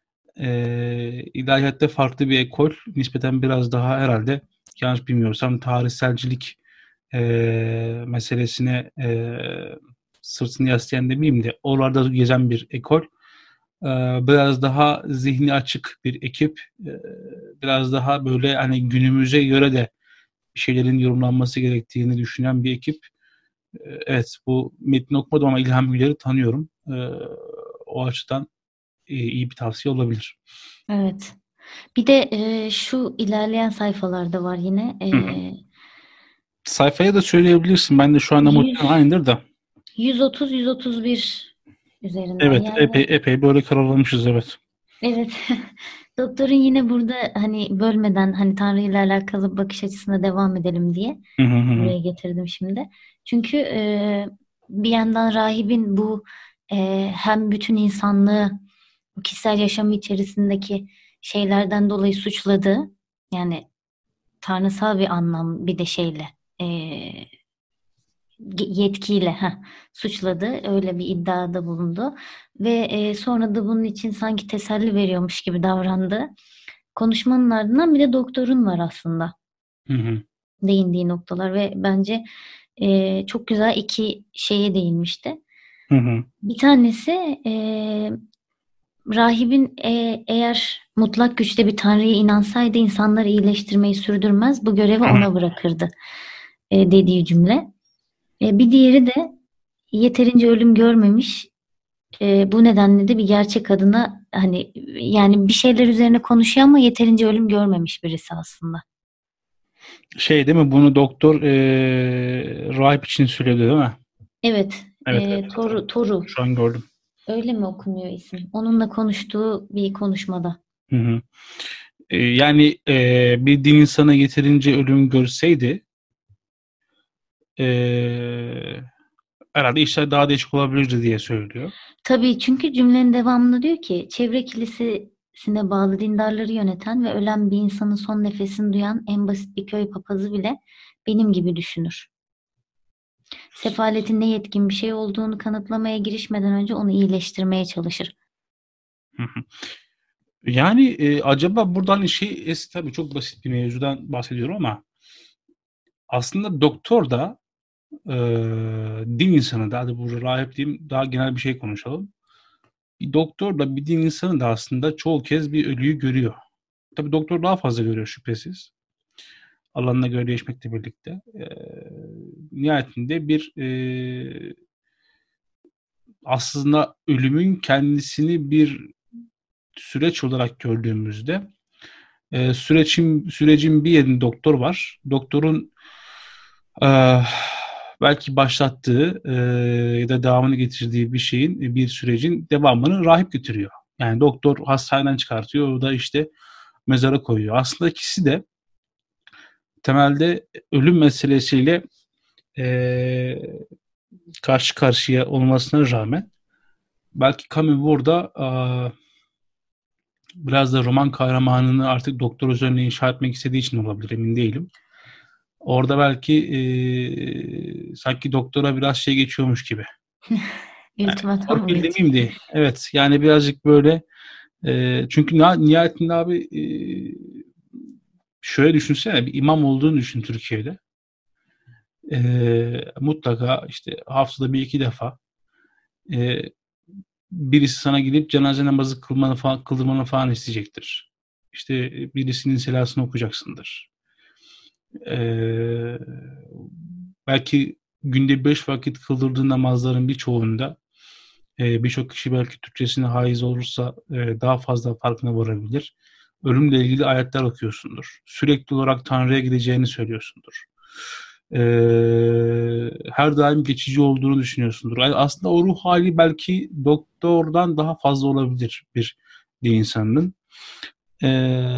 e, ilahiyatta farklı bir ekol. Nispeten biraz daha herhalde yanlış bilmiyorsam tarihselcilik e, meselesine e, sırtını yaslayan demeyeyim de oralarda gezen bir ekol. E, Biraz daha zihni açık bir ekip. E, biraz daha böyle hani günümüze göre de bir şeylerin yorumlanması gerektiğini düşünen bir ekip. E, evet, bu metni okumadım ama İlham Güler'i tanıyorum. E, o açıdan e, iyi bir tavsiye olabilir. Evet. Bir de e, şu ilerleyen sayfalarda var yine. E, Hı hı. Sayfaya da söyleyebilirsin. Ben de şu anda muhtemelen yüz, aynıdır da. yüz otuz yüz otuz bir üzerinden. Evet, epey Yani epey böyle karalamışız, evet. evet. Doktorun yine burada hani bölmeden hani Tanrı ile alakalı bakış açısına devam edelim diye Hı hı hı. buraya getirdim şimdi. Çünkü e, bir yandan rahibin bu e, hem bütün insanlığı kişisel yaşamı içerisindeki şeylerden dolayı suçladı. Yani tanrısal bir anlam bir de şeyle e, yetkiyle heh, suçladı. Öyle bir iddiada bulundu. Ve e, sonra da bunun için sanki teselli veriyormuş gibi davrandı. Konuşmanın ardından bir de doktorun var aslında. Hı hı. Değindiği noktalar ve bence e, çok güzel iki şeye değinmişti. Hı hı. Bir tanesi e, rahibin e, eğer mutlak güçte bir tanrıya inansaydı insanları iyileştirmeyi sürdürmez, bu görevi ona bırakırdı e, dediği cümle. E, bir diğeri de yeterince ölüm görmemiş. E, bu nedenle de bir gerçek adına hani yani bir şeyler üzerine konuşuyor ama yeterince ölüm görmemiş birisi aslında. Şey değil mi? Bunu doktor ee, rahip için söyledi değil mi? Evet. Evet, E, evet. Toru, Toru. Şu an gördüm. Öyle mi okunuyor isim? Onunla konuştuğu bir konuşmada. Hı hı. E, yani e, bir din insanı yeterince ölüm görseydi e, herhalde işler daha değişik olabilirdi diye söylüyor. Tabii çünkü cümlenin devamında diyor ki çevre kilisesine bağlı dindarları yöneten ve ölen bir insanın son nefesini duyan en basit bir köy papazı bile benim gibi düşünür. Sefaletin ne yetkin bir şey olduğunu kanıtlamaya girişmeden önce onu iyileştirmeye çalışır. Hı hı. Yani e, acaba buradan şey es tabii çok basit bir mevzudan bahsediyorum ama aslında doktor da e, din insanı da hadi burada rahip diyeyim daha genel bir şey konuşalım. Bir doktor da bir din insanı da aslında çoğu kez bir ölüyü görüyor. Tabii doktor daha fazla görüyor şüphesiz. Alanına göre değişmekle birlikte. E, nihayetinde bir e, aslında ölümün kendisini bir süreç olarak gördüğümüzde e, sürecin sürecin bir yerinde doktor var. Doktorun e, belki başlattığı e, ya da devamını getirdiği bir şeyin, bir sürecin devamını rahip götürüyor. Yani doktor hastaneden çıkartıyor, o da işte mezara koyuyor. Aslında ikisi de temelde ölüm meselesiyle e, karşı karşıya olmasına rağmen belki Camus burada e, biraz da roman kahramanını artık doktor üzerine inşa etmek istediği için olabilir, emin değilim. Orada belki e, sanki doktora biraz şey geçiyormuş gibi. Yani, Ultimatum mu torpil geçiyor? demeyeyim de evet yani birazcık böyle e, çünkü nihayetinde abi e, şöyle düşünsene bir imam olduğunu düşün Türkiye'de. E, mutlaka işte haftada bir iki defa e, birisi sana gidip cenaze namazı kılmanı falan, kıldırmanı falan isteyecektir. İşte birisinin selasını okuyacaksındır. Ee, belki günde beş vakit kıldırdığın namazların birçoğunda e, birçok kişi belki Türkçesine haiz olursa e, daha fazla farkına varabilir. Ölümle ilgili ayetler okuyorsundur. Sürekli olarak Tanrı'ya gideceğini söylüyorsundur. Ee, her daim geçici olduğunu düşünüyorsundur. Yani aslında o ruh hali belki doktordan daha fazla olabilir bir, bir insanın. Ee,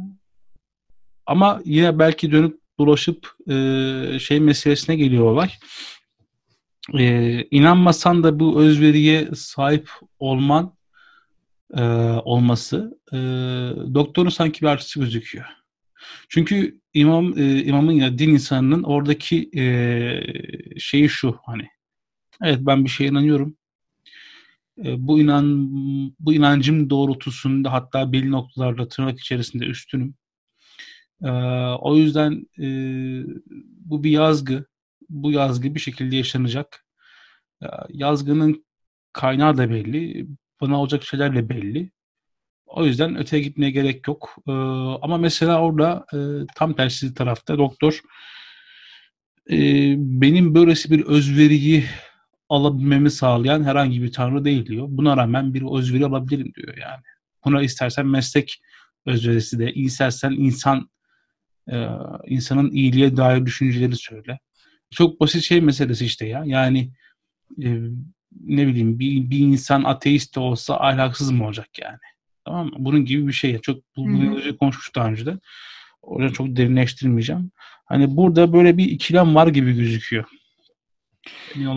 ama yine belki dönüp dolaşıp e, şey meselesine geliyor olay. E, inanmasan da bu özveriye sahip olman e, olması e, doktorun sanki bir artısı gözüküyor. Çünkü imam e, imamın ya din insanının oradaki e, şeyi şu hani evet ben bir şeye inanıyorum. E, bu inan bu inancım doğrultusunda hatta belli noktalarda tırnak içerisinde üstünüm. E, o yüzden e, bu bir yazgı. Bu yazgı bir şekilde yaşanacak. E, yazgının kaynağı da belli. Bana olacak şeyler de belli. O yüzden öteye gitmeye gerek yok. Ee, ama mesela orada e, tam tersi tarafta doktor e, benim böylesi bir özveriyi alabilmemi sağlayan herhangi bir tanrı değil diyor. Buna rağmen bir özveri alabilirim diyor yani. Buna istersen meslek özverisi de, istersen insan e, insanın iyiliğe dair düşünceleri söyle. Çok basit şey meselesi işte ya. Yani e, ne bileyim bir, bir insan ateist de olsa ahlaksız mı olacak yani? Tamam mı? Bunun gibi bir şey. Çok bu, bu mevzuyu konuşmuş daha önce de. O yüzden çok derinleştirmeyeceğim. Hani burada böyle bir ikilem var gibi gözüküyor. Emin olamadım.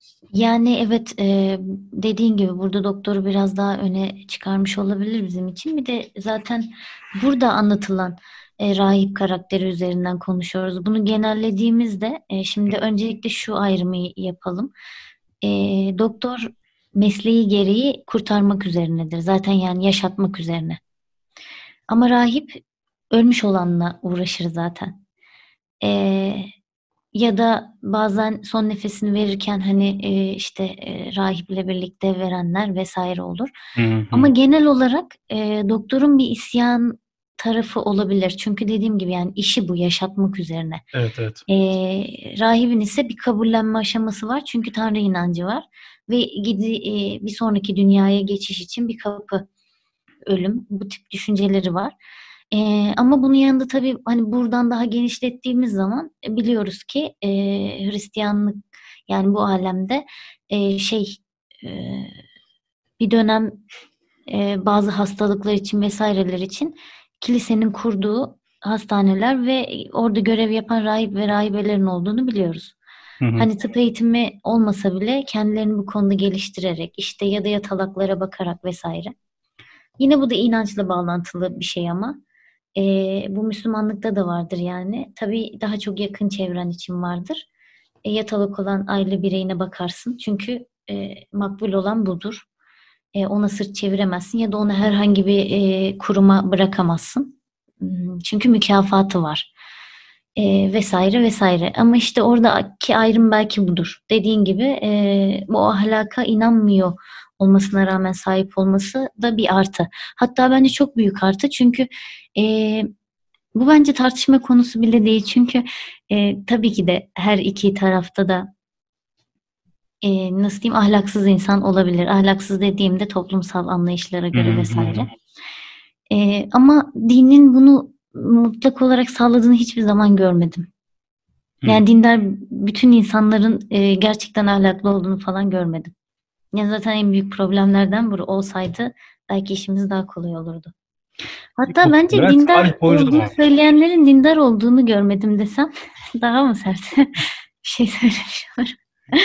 Yani evet, e, dediğin gibi burada doktoru biraz daha öne çıkarmış olabilir bizim için. Bir de zaten burada anlatılan e, rahip karakteri üzerinden konuşuyoruz. Bunu genellediğimizde e, şimdi öncelikle şu ayrımı yapalım. E, doktor mesleği gereği kurtarmak üzerinedir. Zaten yani yaşatmak üzerine. Ama rahip ölmüş olanla uğraşır zaten. E, Ya da bazen son nefesini verirken hani e, işte e, rahiple birlikte verenler vesaire olur. Hı Ama hı. genel olarak e, doktorun bir isyan tarafı olabilir. Çünkü dediğim gibi yani işi bu yaşatmak üzerine. Evet, evet. E, Rahibin ise bir kabullenme aşaması var. Çünkü Tanrı inancı var. Ve gidi, e, bir sonraki dünyaya geçiş için bir kapı, ölüm, bu tip düşünceleri var. Ee, ama bunun yanında tabii hani buradan daha genişlettiğimiz zaman e, biliyoruz ki e, Hristiyanlık yani bu alemde e, şey e, bir dönem e, bazı hastalıklar için vesaireler için kilisenin kurduğu hastaneler ve orada görev yapan rahip ve rahibelerin olduğunu biliyoruz. Hı hı. Hani tıp eğitimi olmasa bile kendilerini bu konuda geliştirerek işte ya da yatalaklara bakarak vesaire. Yine bu da inançla bağlantılı bir şey ama e, bu Müslümanlıkta da vardır yani. Tabii daha çok yakın çevren için vardır. E, yatalak olan aile bireyine bakarsın. Çünkü e, makbul olan budur. E, ona sırt çeviremezsin ya da onu herhangi bir e, kuruma bırakamazsın. Hmm, Çünkü mükafatı var. E, vesaire vesaire. Ama işte oradaki ayrım belki budur. Dediğin gibi e, bu ahlaka inanmıyor olmasına rağmen sahip olması da bir artı. Hatta bence çok büyük artı. Çünkü e, bu bence tartışma konusu bile değil. Çünkü e, tabii ki de her iki tarafta da e, nasıl diyeyim ahlaksız insan olabilir. Ahlaksız dediğimde toplumsal anlayışlara Hı göre hı hı. vesaire. E, ama dinin bunu mutlak olarak sağladığını hiçbir zaman görmedim. Hı. Yani dindar bütün insanların e, gerçekten ahlaklı olduğunu falan görmedim. Yani zaten en büyük problemlerden biri olsaydı belki işimiz daha kolay olurdu. Hatta bence Muhtemelen dindar tarih boyunca da olduğunu var. söyleyenlerin dindar olduğunu görmedim desem daha mı sert bir şey söylemiş olurum.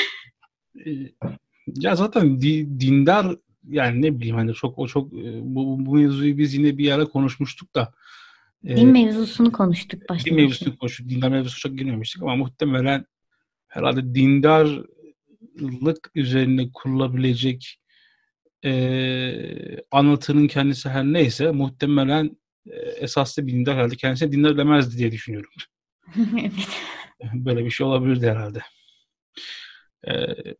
Ee, Ya zaten di- dindar, yani ne bileyim hani çok o çok e, bu, bu mevzuyu biz yine bir ara konuşmuştuk da Din e, mevzusunu konuştuk din başlı başına. mevzusunu konuştuk. Dindar mevzusu çok girmemiştik ama muhtemelen herhalde dindarlık üzerine kurulabilecek e, anlatının kendisi her neyse muhtemelen e, esaslı bir dindar herhalde kendisine dindar demezdi diye düşünüyorum. Evet. Böyle bir şey olabilirdi herhalde. E,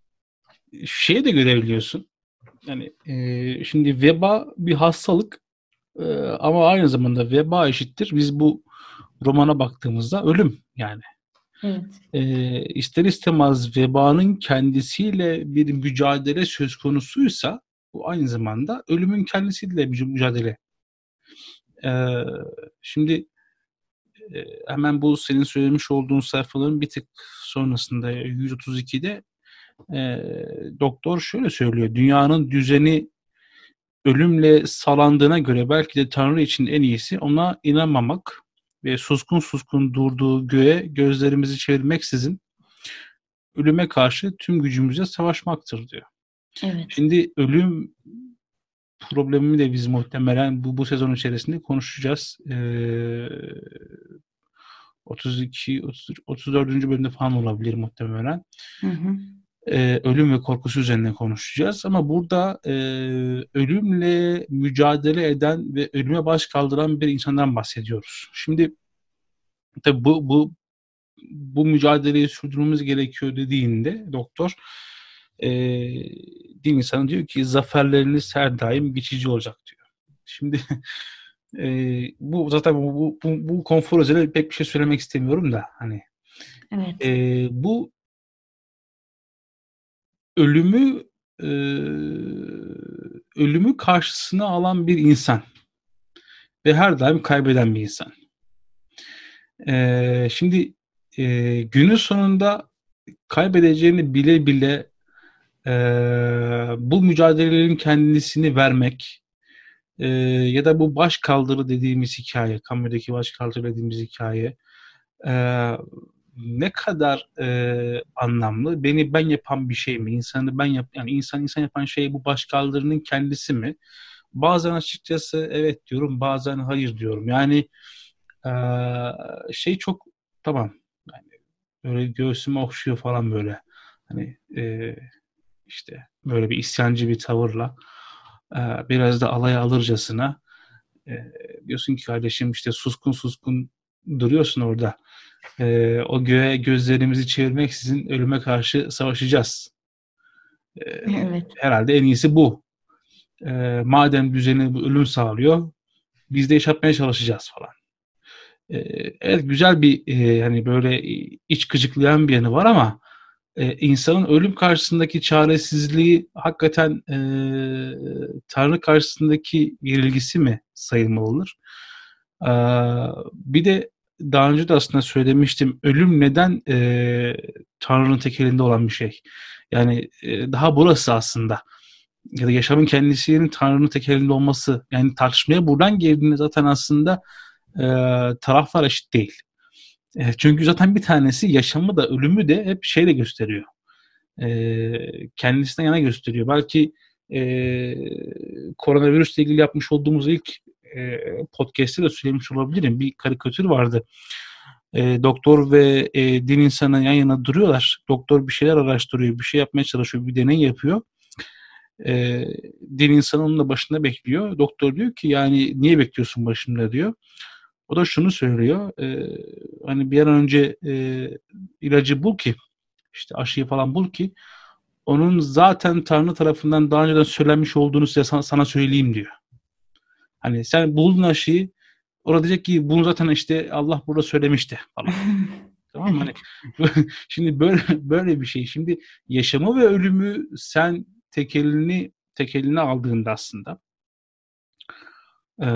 Şeyi de görebiliyorsun. Yani e, şimdi veba bir hastalık, e, ama aynı zamanda veba eşittir. Biz bu romana baktığımızda ölüm yani. Evet. E, ister istemez vebanın kendisiyle bir mücadele söz konusuysa bu aynı zamanda ölümün kendisiyle bir mücadele. E, Şimdi e, hemen bu senin söylemiş olduğun sayfaların bir tık sonrasında yüz otuz ikide e, doktor şöyle söylüyor. Dünyanın düzeni ölümle salandığına göre belki de Tanrı için en iyisi ona inanmamak ve suskun suskun durduğu göğe gözlerimizi çevirmeksizin ölüme karşı tüm gücümüzle savaşmaktır diyor. Evet. Şimdi ölüm problemimi de biz muhtemelen bu, bu sezon içerisinde konuşacağız. Ee, otuz iki, otuz üç, otuz dördüncü bölümde falan olabilir muhtemelen. Hı hı. Ee, ölüm ve korkusu üzerine konuşacağız. Ama burada e, ölümle mücadele eden ve ölüme baş kaldıran bir insandan bahsediyoruz. Şimdi tabii bu bu bu mücadeleyi sürdürmemiz gerekiyor dediğinde doktor, e, din insanı diyor ki zaferleriniz her daim geçici olacak diyor. Şimdi e, bu zaten bu, bu, bu konfor üzerine pek bir şey söylemek istemiyorum da hani Evet. e, bu ölümü e, ölümü karşısına alan bir insan ve her daim kaybeden bir insan. E, şimdi e, günün sonunda kaybedeceğini bile bile e, bu mücadelelerin kendisini vermek e, ya da bu başkaldırı dediğimiz hikaye, kamyodaki başkaldırı dediğimiz hikaye e, ne kadar e, anlamlı? Beni ben yapan bir şey mi? İnsanı ben yap yani insan insan yapan şey bu başkalarının kendisi mi? Bazen açıkçası evet diyorum, bazen hayır diyorum. Yani e, şey çok tamam. Yani böyle göğsümü okşuyor falan böyle. Hani e, işte böyle bir isyancı bir tavırla e, biraz da alaya alırcasına e, diyorsun ki kardeşim işte suskun suskun duruyorsun orada. E, o göğe gözlerimizi çevirmeksizin ölüme karşı savaşacağız. E, Evet. herhalde en iyisi bu. E, madem düzeni bu ölüm sağlıyor, biz de yaşatmaya çalışacağız falan. E, evet güzel bir e, hani böyle iç gıcıklayan bir yanı var ama e, insanın ölüm karşısındaki çaresizliği hakikaten e, Tanrı karşısındaki yenilgisi mi sayılmalıdır? E, bir de daha önce de aslında söylemiştim. Ölüm neden e, Tanrı'nın tek elinde olan bir şey? Yani e, daha burası aslında. Ya da yaşamın kendisinin Tanrı'nın tek elinde olması. Yani tartışmaya buradan geldiğinde zaten aslında e, taraflar eşit değil. E, çünkü zaten bir tanesi yaşamı da ölümü de hep şeyle gösteriyor. E, kendisinden yana gösteriyor. Belki e, koronavirüsle ilgili yapmış olduğumuz ilk e, podcast'te de söylemiş olabilirim. Bir karikatür vardı. E, doktor ve e, din insanı yan yana duruyorlar. Doktor bir şeyler araştırıyor, bir şey yapmaya çalışıyor, bir deney yapıyor. E, din insanı onun da başında bekliyor. Doktor diyor ki yani niye bekliyorsun başında diyor. O da şunu söylüyor. E, hani bir an önce e, ilacı bul ki işte aşıyı falan bul ki onun zaten Tanrı tarafından daha önceden söylenmiş olduğunu size sana, sana söyleyeyim diyor. Hani sen buldun aşıyı, orada diyecek ki bunu zaten işte Allah burada söylemişti falan. Tamam mı? Hani şimdi böyle böyle bir şey. Şimdi yaşamı ve ölümü sen tek elini tek eline aldığında aslında ee,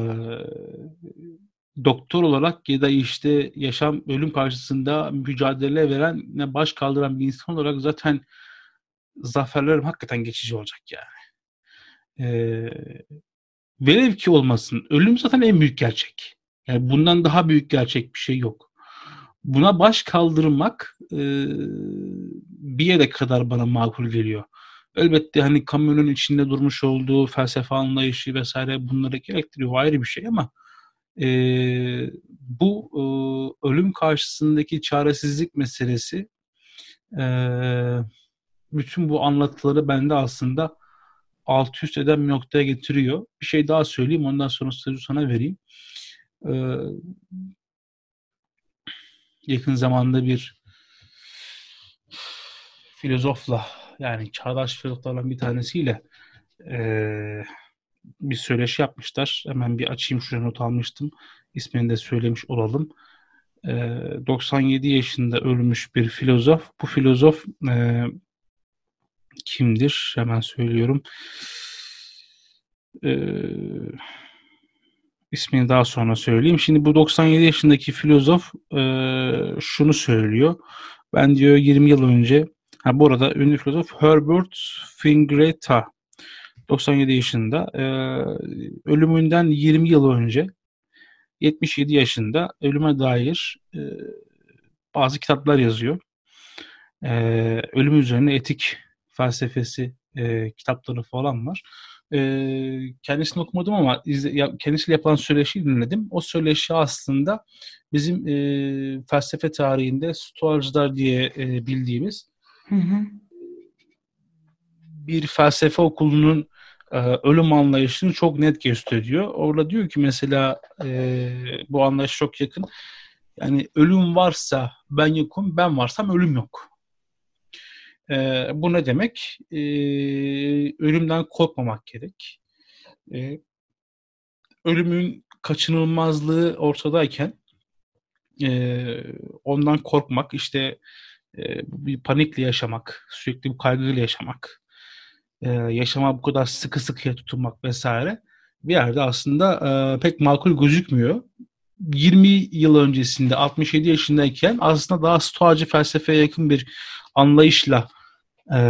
doktor olarak ya da işte yaşam ölüm karşısında mücadele veren ne baş kaldıran bir insan olarak zaten zaferlerim hakikaten geçici olacak yani. Ee, velev ki olmasın. Ölüm zaten en büyük gerçek. Yani bundan daha büyük gerçek bir şey yok. Buna baş kaldırmak e, bir yere kadar bana makul geliyor. Elbette hani Camus'un içinde durmuş olduğu felsefe anlayışı vesaire bunları gerektiriyor. Ayrı bir şey ama e, bu e, ölüm karşısındaki çaresizlik meselesi e, bütün bu anlatıları bende aslında alt üst eden bir noktaya getiriyor. Bir şey daha söyleyeyim, ondan sonra sözü sana vereyim. Ee, yakın zamanda bir filozofla, yani çağdaş filozoflardan bir tanesiyle ee, bir söyleşi yapmışlar. Hemen bir açayım, şuraya not almıştım. İsmini de söylemiş olalım. Ee, doksan yedi yaşında ölmüş bir filozof. Bu filozof ee, kimdir? Hemen söylüyorum. Ee, ismini daha sonra söyleyeyim. Şimdi bu doksan yedi yaşındaki filozof e, şunu söylüyor. Ben diyor yirmi yıl önce, ha bu arada ünlü filozof Herbert Fingreta doksan yedi yaşında, e, ölümünden yirmi yıl önce yetmiş yedi yaşında ölüme dair e, bazı kitaplar yazıyor. E, ölüm üzerine etik felsefesi e, kitapları falan var. E, kendisini okumadım ama izle, ya, kendisiyle yapılan söyleşiyi dinledim. O söyleşi aslında bizim e, felsefe tarihinde Stoacılar diye e, bildiğimiz Hı hı. bir felsefe okulunun e, ölüm anlayışını çok net gösteriyor. Orada diyor ki mesela e, bu anlayış çok yakın. Yani ölüm varsa ben yokum, ben varsam ölüm yok. E, bu ne demek? E, ölümden korkmamak gerek. E, ölümün kaçınılmazlığı ortadayken e, ondan korkmak, işte e, bir panikle yaşamak, sürekli bir kaygıyla yaşamak, e, yaşama bu kadar sıkı sıkıya tutunmak vesaire bir yerde aslında e, pek makul gözükmüyor. yirmi yıl öncesinde altmış yedi yaşındayken aslında daha stoacı felsefeye yakın bir anlayışla e,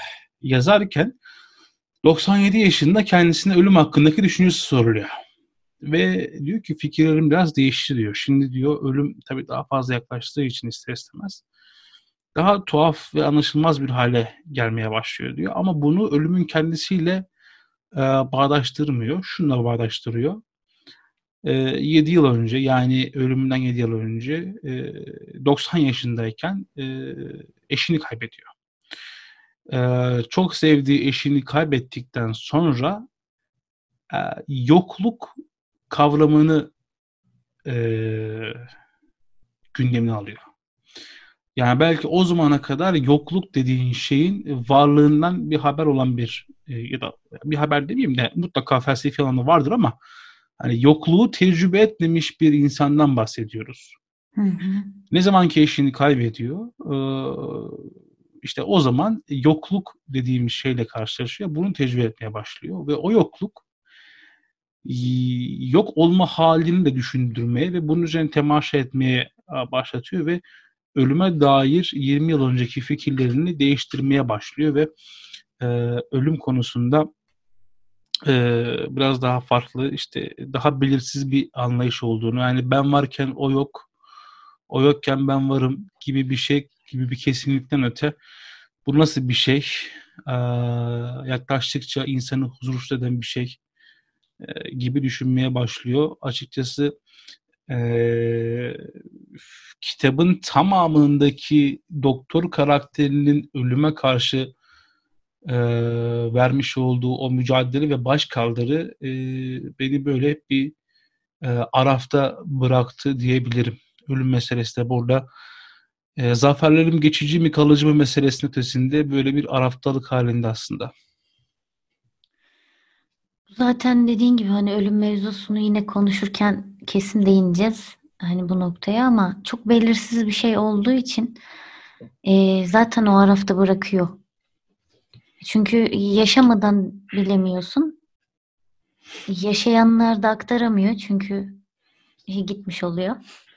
yazarken doksan yedi yaşında kendisine ölüm hakkındaki düşüncesi soruluyor. Ve diyor ki fikirlerim biraz değişti diyor. Şimdi diyor ölüm tabii daha fazla yaklaştığı için ister istemez daha tuhaf ve anlaşılmaz bir hale gelmeye başlıyor diyor. Ama bunu ölümün kendisiyle e, bağdaştırmıyor. Şununla bağdaştırıyor. E, yedi yıl önce, yani ölümünden yedi yıl önce e, doksan yaşındayken e, eşini kaybediyor. E, çok sevdiği eşini kaybettikten sonra e, yokluk kavramını e, gündemine alıyor. Yani belki o zamana kadar yokluk dediğin şeyin varlığından bir haber olan bir e, ya da bir haber demeyeyim de mutlaka felsefi alanı vardır ama hani yokluğu tecrübe etmemiş bir insandan bahsediyoruz. Hı hı. Ne zaman ki eşini kaybediyor, e, işte o zaman yokluk dediğimiz şeyle karşılaşıyor. Bunu tecrübe etmeye başlıyor ve o yokluk yok olma halini de düşündürmeye ve bunun üzerine temaşa etmeye başlatıyor ve ölüme dair yirmi yıl önceki fikirlerini değiştirmeye başlıyor ve e, ölüm konusunda e, biraz daha farklı, işte daha belirsiz bir anlayış olduğunu, yani ben varken o yok, o yokken ben varım gibi bir şey, gibi bir kesinlikten öte bu nasıl bir şey, e, yaklaştıkça insanı huzursuz eden bir şey e, gibi düşünmeye başlıyor. Açıkçası e, kitabın tamamındaki doktor karakterinin ölüme karşı e, vermiş olduğu o mücadele ve başkaldırı e, beni böyle hep bir e, arafta bıraktı diyebilirim. Ölüm meselesi de burada e, zaferlerim geçici mi kalıcı mı meselesinin ötesinde böyle bir araftalık halinde aslında. Zaten dediğin gibi hani ölüm mevzusunu yine konuşurken kesin değineceğiz hani bu noktaya, ama çok belirsiz bir şey olduğu için e, zaten o arafta bırakıyor. Çünkü yaşamadan bilemiyorsun. Yaşayanlar da aktaramıyor çünkü gitmiş oluyor.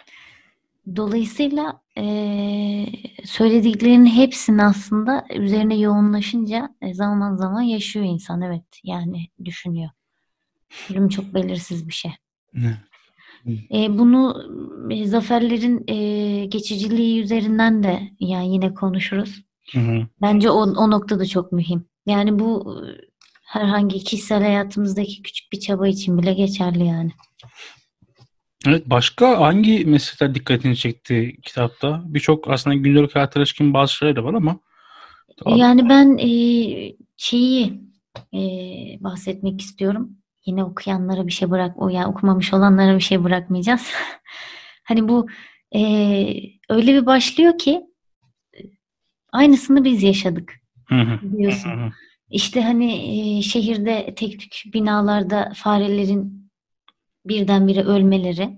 Dolayısıyla e, söylediklerinin hepsini aslında üzerine yoğunlaşınca e, zaman zaman yaşıyor insan, evet, yani düşünüyor. Ölüm çok belirsiz bir şey. E, bunu e, zaferlerin e, geçiciliği üzerinden de yani yine konuşuruz. Hı hı. Bence o, o nokta da çok mühim. Yani bu e, herhangi kişisel hayatımızdaki küçük bir çaba için bile geçerli yani. Evet, başka hangi meseleler dikkatini çekti kitapta? Birçok aslında gündelik hayata ilişkin bazı şeyler de var ama tamam. Yani ben e, şeyi e, bahsetmek istiyorum. Yine okuyanlara bir şey bırak, o yani okumamış olanlara bir şey bırakmayacağız. Hani bu e, öyle bir başlıyor ki aynısını biz yaşadık Hı hı. biliyorsun. Hı hı. İşte hani e, şehirde tek tük binalarda farelerin birdenbire ölmeleri,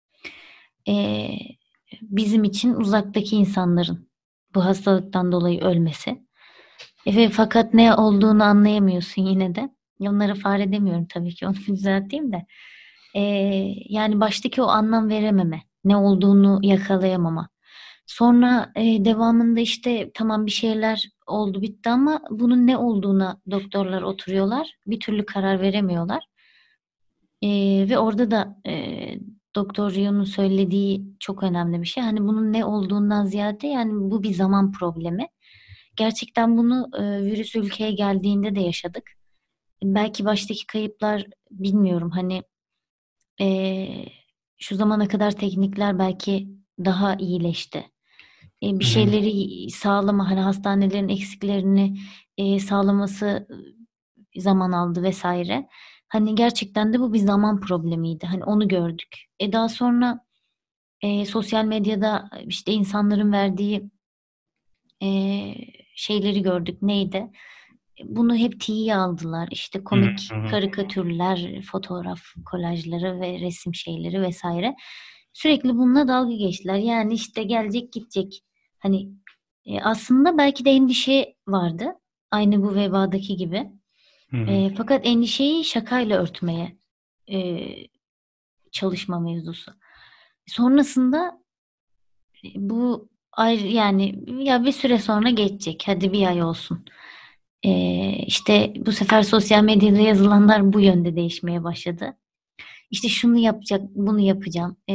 e, bizim için uzaktaki insanların bu hastalıktan dolayı ölmesi. E, ve fakat ne olduğunu anlayamıyorsun yine de. Onları fare demiyorum tabii ki, onu düzelteyim de. E, yani baştaki o anlam verememe, ne olduğunu yakalayamama. Sonra e, devamında işte tamam bir şeyler oldu bitti ama bunun ne olduğuna doktorlar oturuyorlar. Bir türlü karar veremiyorlar. E, ve orada da e, Doktor Rio'nun söylediği çok önemli bir şey. Hani bunun ne olduğundan ziyade yani bu bir zaman problemi. Gerçekten bunu e, virüs ülkeye geldiğinde de yaşadık. Belki baştaki kayıplar bilmiyorum hani e, şu zamana kadar teknikler belki daha iyileşti. E, bir Hı hı. şeyleri sağlama, hani hastanelerin eksiklerini e, sağlaması e, zaman aldı vesaire. Hani gerçekten de bu bir zaman problemiydi. Hani onu gördük. E daha sonra e, sosyal medyada işte insanların verdiği e, şeyleri gördük. Neydi? Bunu hep tiye aldılar. İşte Hı hı. komik Hı hı. karikatürler, fotoğraf kolajları ve resim şeyleri vesaire. Sürekli bununla dalga geçtiler. Yani işte gelecek gidecek. Hani e, aslında belki de endişe vardı. Aynı bu vebadaki gibi. Hı hı. E, fakat endişeyi şakayla örtmeye e, çalışma mevzusu. Sonrasında e, bu ayrı yani ya bir süre sonra geçecek. Hadi bir ay olsun. Ee, işte bu sefer sosyal medyada yazılanlar bu yönde değişmeye başladı. işte şunu yapacak, bunu yapacağım. E,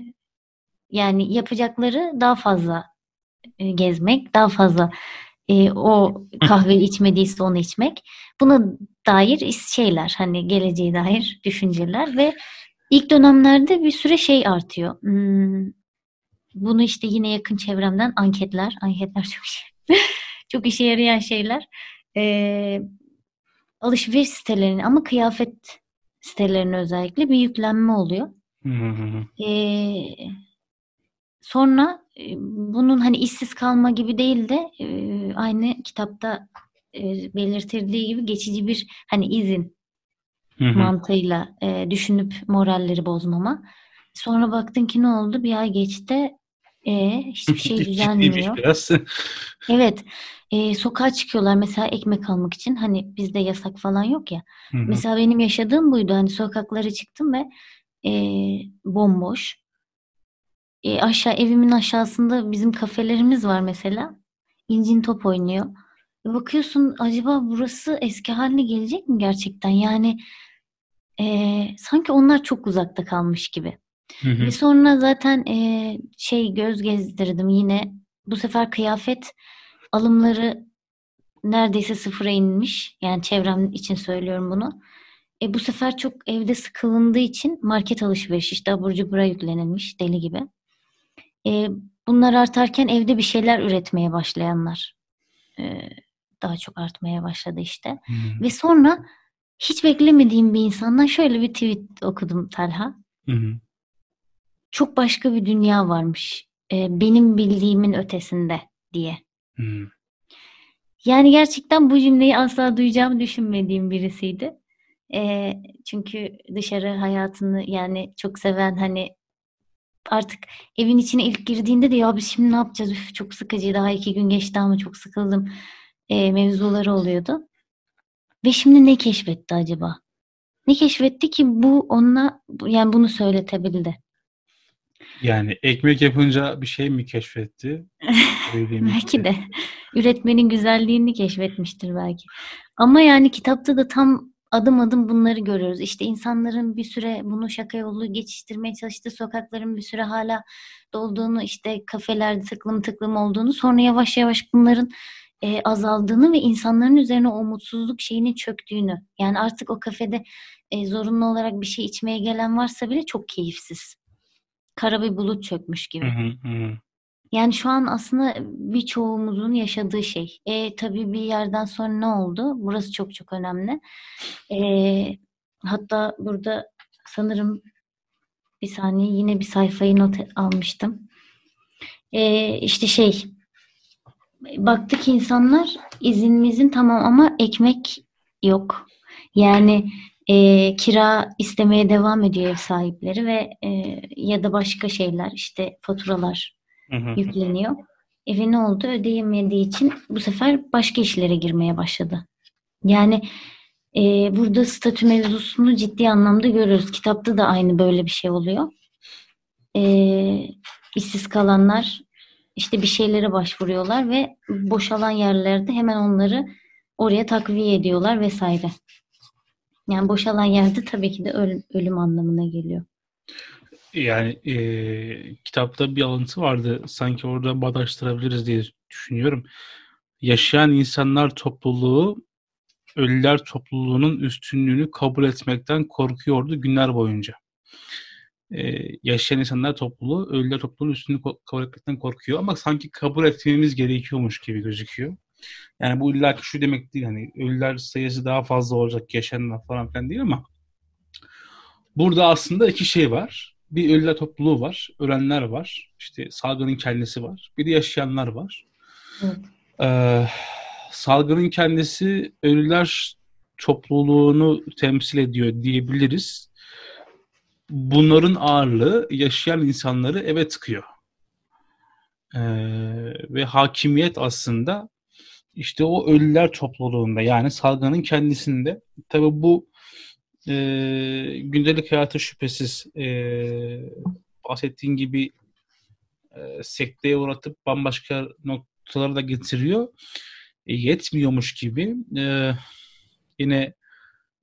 yani yapacakları daha fazla e, gezmek, daha fazla e, o kahve içmediyse onu içmek. Buna dair is- şeyler, hani geleceğe dair düşünceler ve ilk dönemlerde bir süre şey artıyor. Hmm, bunu işte yine yakın çevremden anketler, anketler çok şey, çok işe yarayan şeyler. E, alışveriş sitelerine ama kıyafet sitelerine özellikle bir yüklenme oluyor. Hı hı hı. E, Sonra e, bunun hani işsiz kalma gibi değil de e, aynı kitapta e, belirtildiği gibi geçici bir hani izin Hı hı. mantığıyla e, düşünüp moralleri bozmama. Sonra baktın ki ne oldu? Bir ay geçti. E, hiçbir şey Ciddiymiş düzelmiyor. biraz. Evet, e, sokağa çıkıyorlar mesela ekmek almak için. Hani bizde yasak falan yok ya. Hı hı. Mesela benim yaşadığım buydu. Hani sokaklara çıktım ve e, bomboş. E, aşağı evimin aşağısında bizim kafelerimiz var mesela. İncin top oynuyor. E, bakıyorsun acaba burası eski haline gelecek mi gerçekten? Yani e, sanki onlar çok uzakta kalmış gibi. Hı Ve hı. sonra zaten e, şey göz gezdirdim yine. Bu sefer kıyafet alımları neredeyse sıfıra inmiş. Yani çevrem için söylüyorum bunu. E, bu sefer çok evde sıkılındığı için market alışverişi işte abur cubura yüklenilmiş deli gibi. E, bunlar artarken evde bir şeyler üretmeye başlayanlar e, daha çok artmaya başladı işte. Hı hı. Ve sonra hiç beklemediğim bir insandan şöyle bir tweet okudum Talha. Hı hı. Çok başka bir dünya varmış. e, benim bildiğimin ötesinde diye. Hı hı. Yani gerçekten bu cümleyi asla duyacağımı düşünmediğim birisiydi. E, çünkü dışarı hayatını yani çok seven hani artık evin içine ilk girdiğinde de ya biz şimdi ne yapacağız? Üf, çok sıkıcı. Daha iki gün geçti ama çok sıkıldım. E, mevzuları oluyordu. Ve şimdi ne keşfetti acaba? Ne keşfetti ki bu ona yani bunu söyletebildi? Yani ekmek yapınca bir şey mi keşfetti? Öyle mi Belki ki? de üretmenin güzelliğini keşfetmiştir belki. Ama yani kitapta da tam adım adım bunları görüyoruz. İşte insanların bir süre bunu şaka yolu geçiştirmeye çalıştığı, sokakların bir süre hala dolduğunu, işte kafelerde tıklım tıklım olduğunu, sonra yavaş yavaş bunların e, azaldığını ve insanların üzerine o umutsuzluk şeyinin çöktüğünü. Yani artık o kafede e, zorunlu olarak bir şey içmeye gelen varsa bile çok keyifsiz. Kara bir bulut çökmüş Hı gibi. hı. Hı hı. Yani şu an aslında birçoğumuzun yaşadığı şey. E, tabii bir yerden sonra ne oldu? Burası çok çok önemli. E, hatta burada sanırım bir saniye yine bir sayfayı not almıştım. E, işte şey baktık insanlar izinimizin tamam ama ekmek yok. Yani e, kira istemeye devam ediyor ev sahipleri ve e, ya da başka şeyler işte faturalar Hı hı. yükleniyor. Evi ne oldu? Ödeyemediği için bu sefer başka işlere girmeye başladı. Yani e, burada statü mevzusunu ciddi anlamda görüyoruz. Kitapta da aynı böyle bir şey oluyor. E, işsiz kalanlar işte bir şeylere başvuruyorlar ve boşalan yerlerde hemen onları oraya takviye ediyorlar vesaire. Yani boşalan yerde tabii ki de ölüm, ölüm anlamına geliyor. Yani eee, kitapta bir alıntı vardı. Sanki orada bağdaştırabiliriz diye düşünüyorum. Yaşayan insanlar topluluğu ölüler topluluğunun üstünlüğünü kabul etmekten korkuyordu günler boyunca. Eee, yaşayan insanlar topluluğu ölüler topluluğunun üstünlüğünü ko- kabul etmekten korkuyor ama sanki kabul etmemiz gerekiyormuş gibi gözüküyor. Yani bu illa ki şu demek değil, hani ölüler sayısı daha fazla olacak yaşayanlar falan filan değil ama burada aslında iki şey var. Bir ölüler topluluğu var, ölenler var. İşte salgının kendisi var. Bir de yaşayanlar var. Evet. Ee, salgının kendisi ölüler topluluğunu temsil ediyor diyebiliriz. Bunların ağırlığı yaşayan insanları eve tıkıyor. Ee, ve hakimiyet aslında işte o ölüler topluluğunda, yani salgının kendisinde. Tabii bu e, gündelik hayatı şüphesiz e, bahsettiğin gibi e, sekteye uğratıp bambaşka noktalara da getiriyor. E, yetmiyormuş gibi e, yine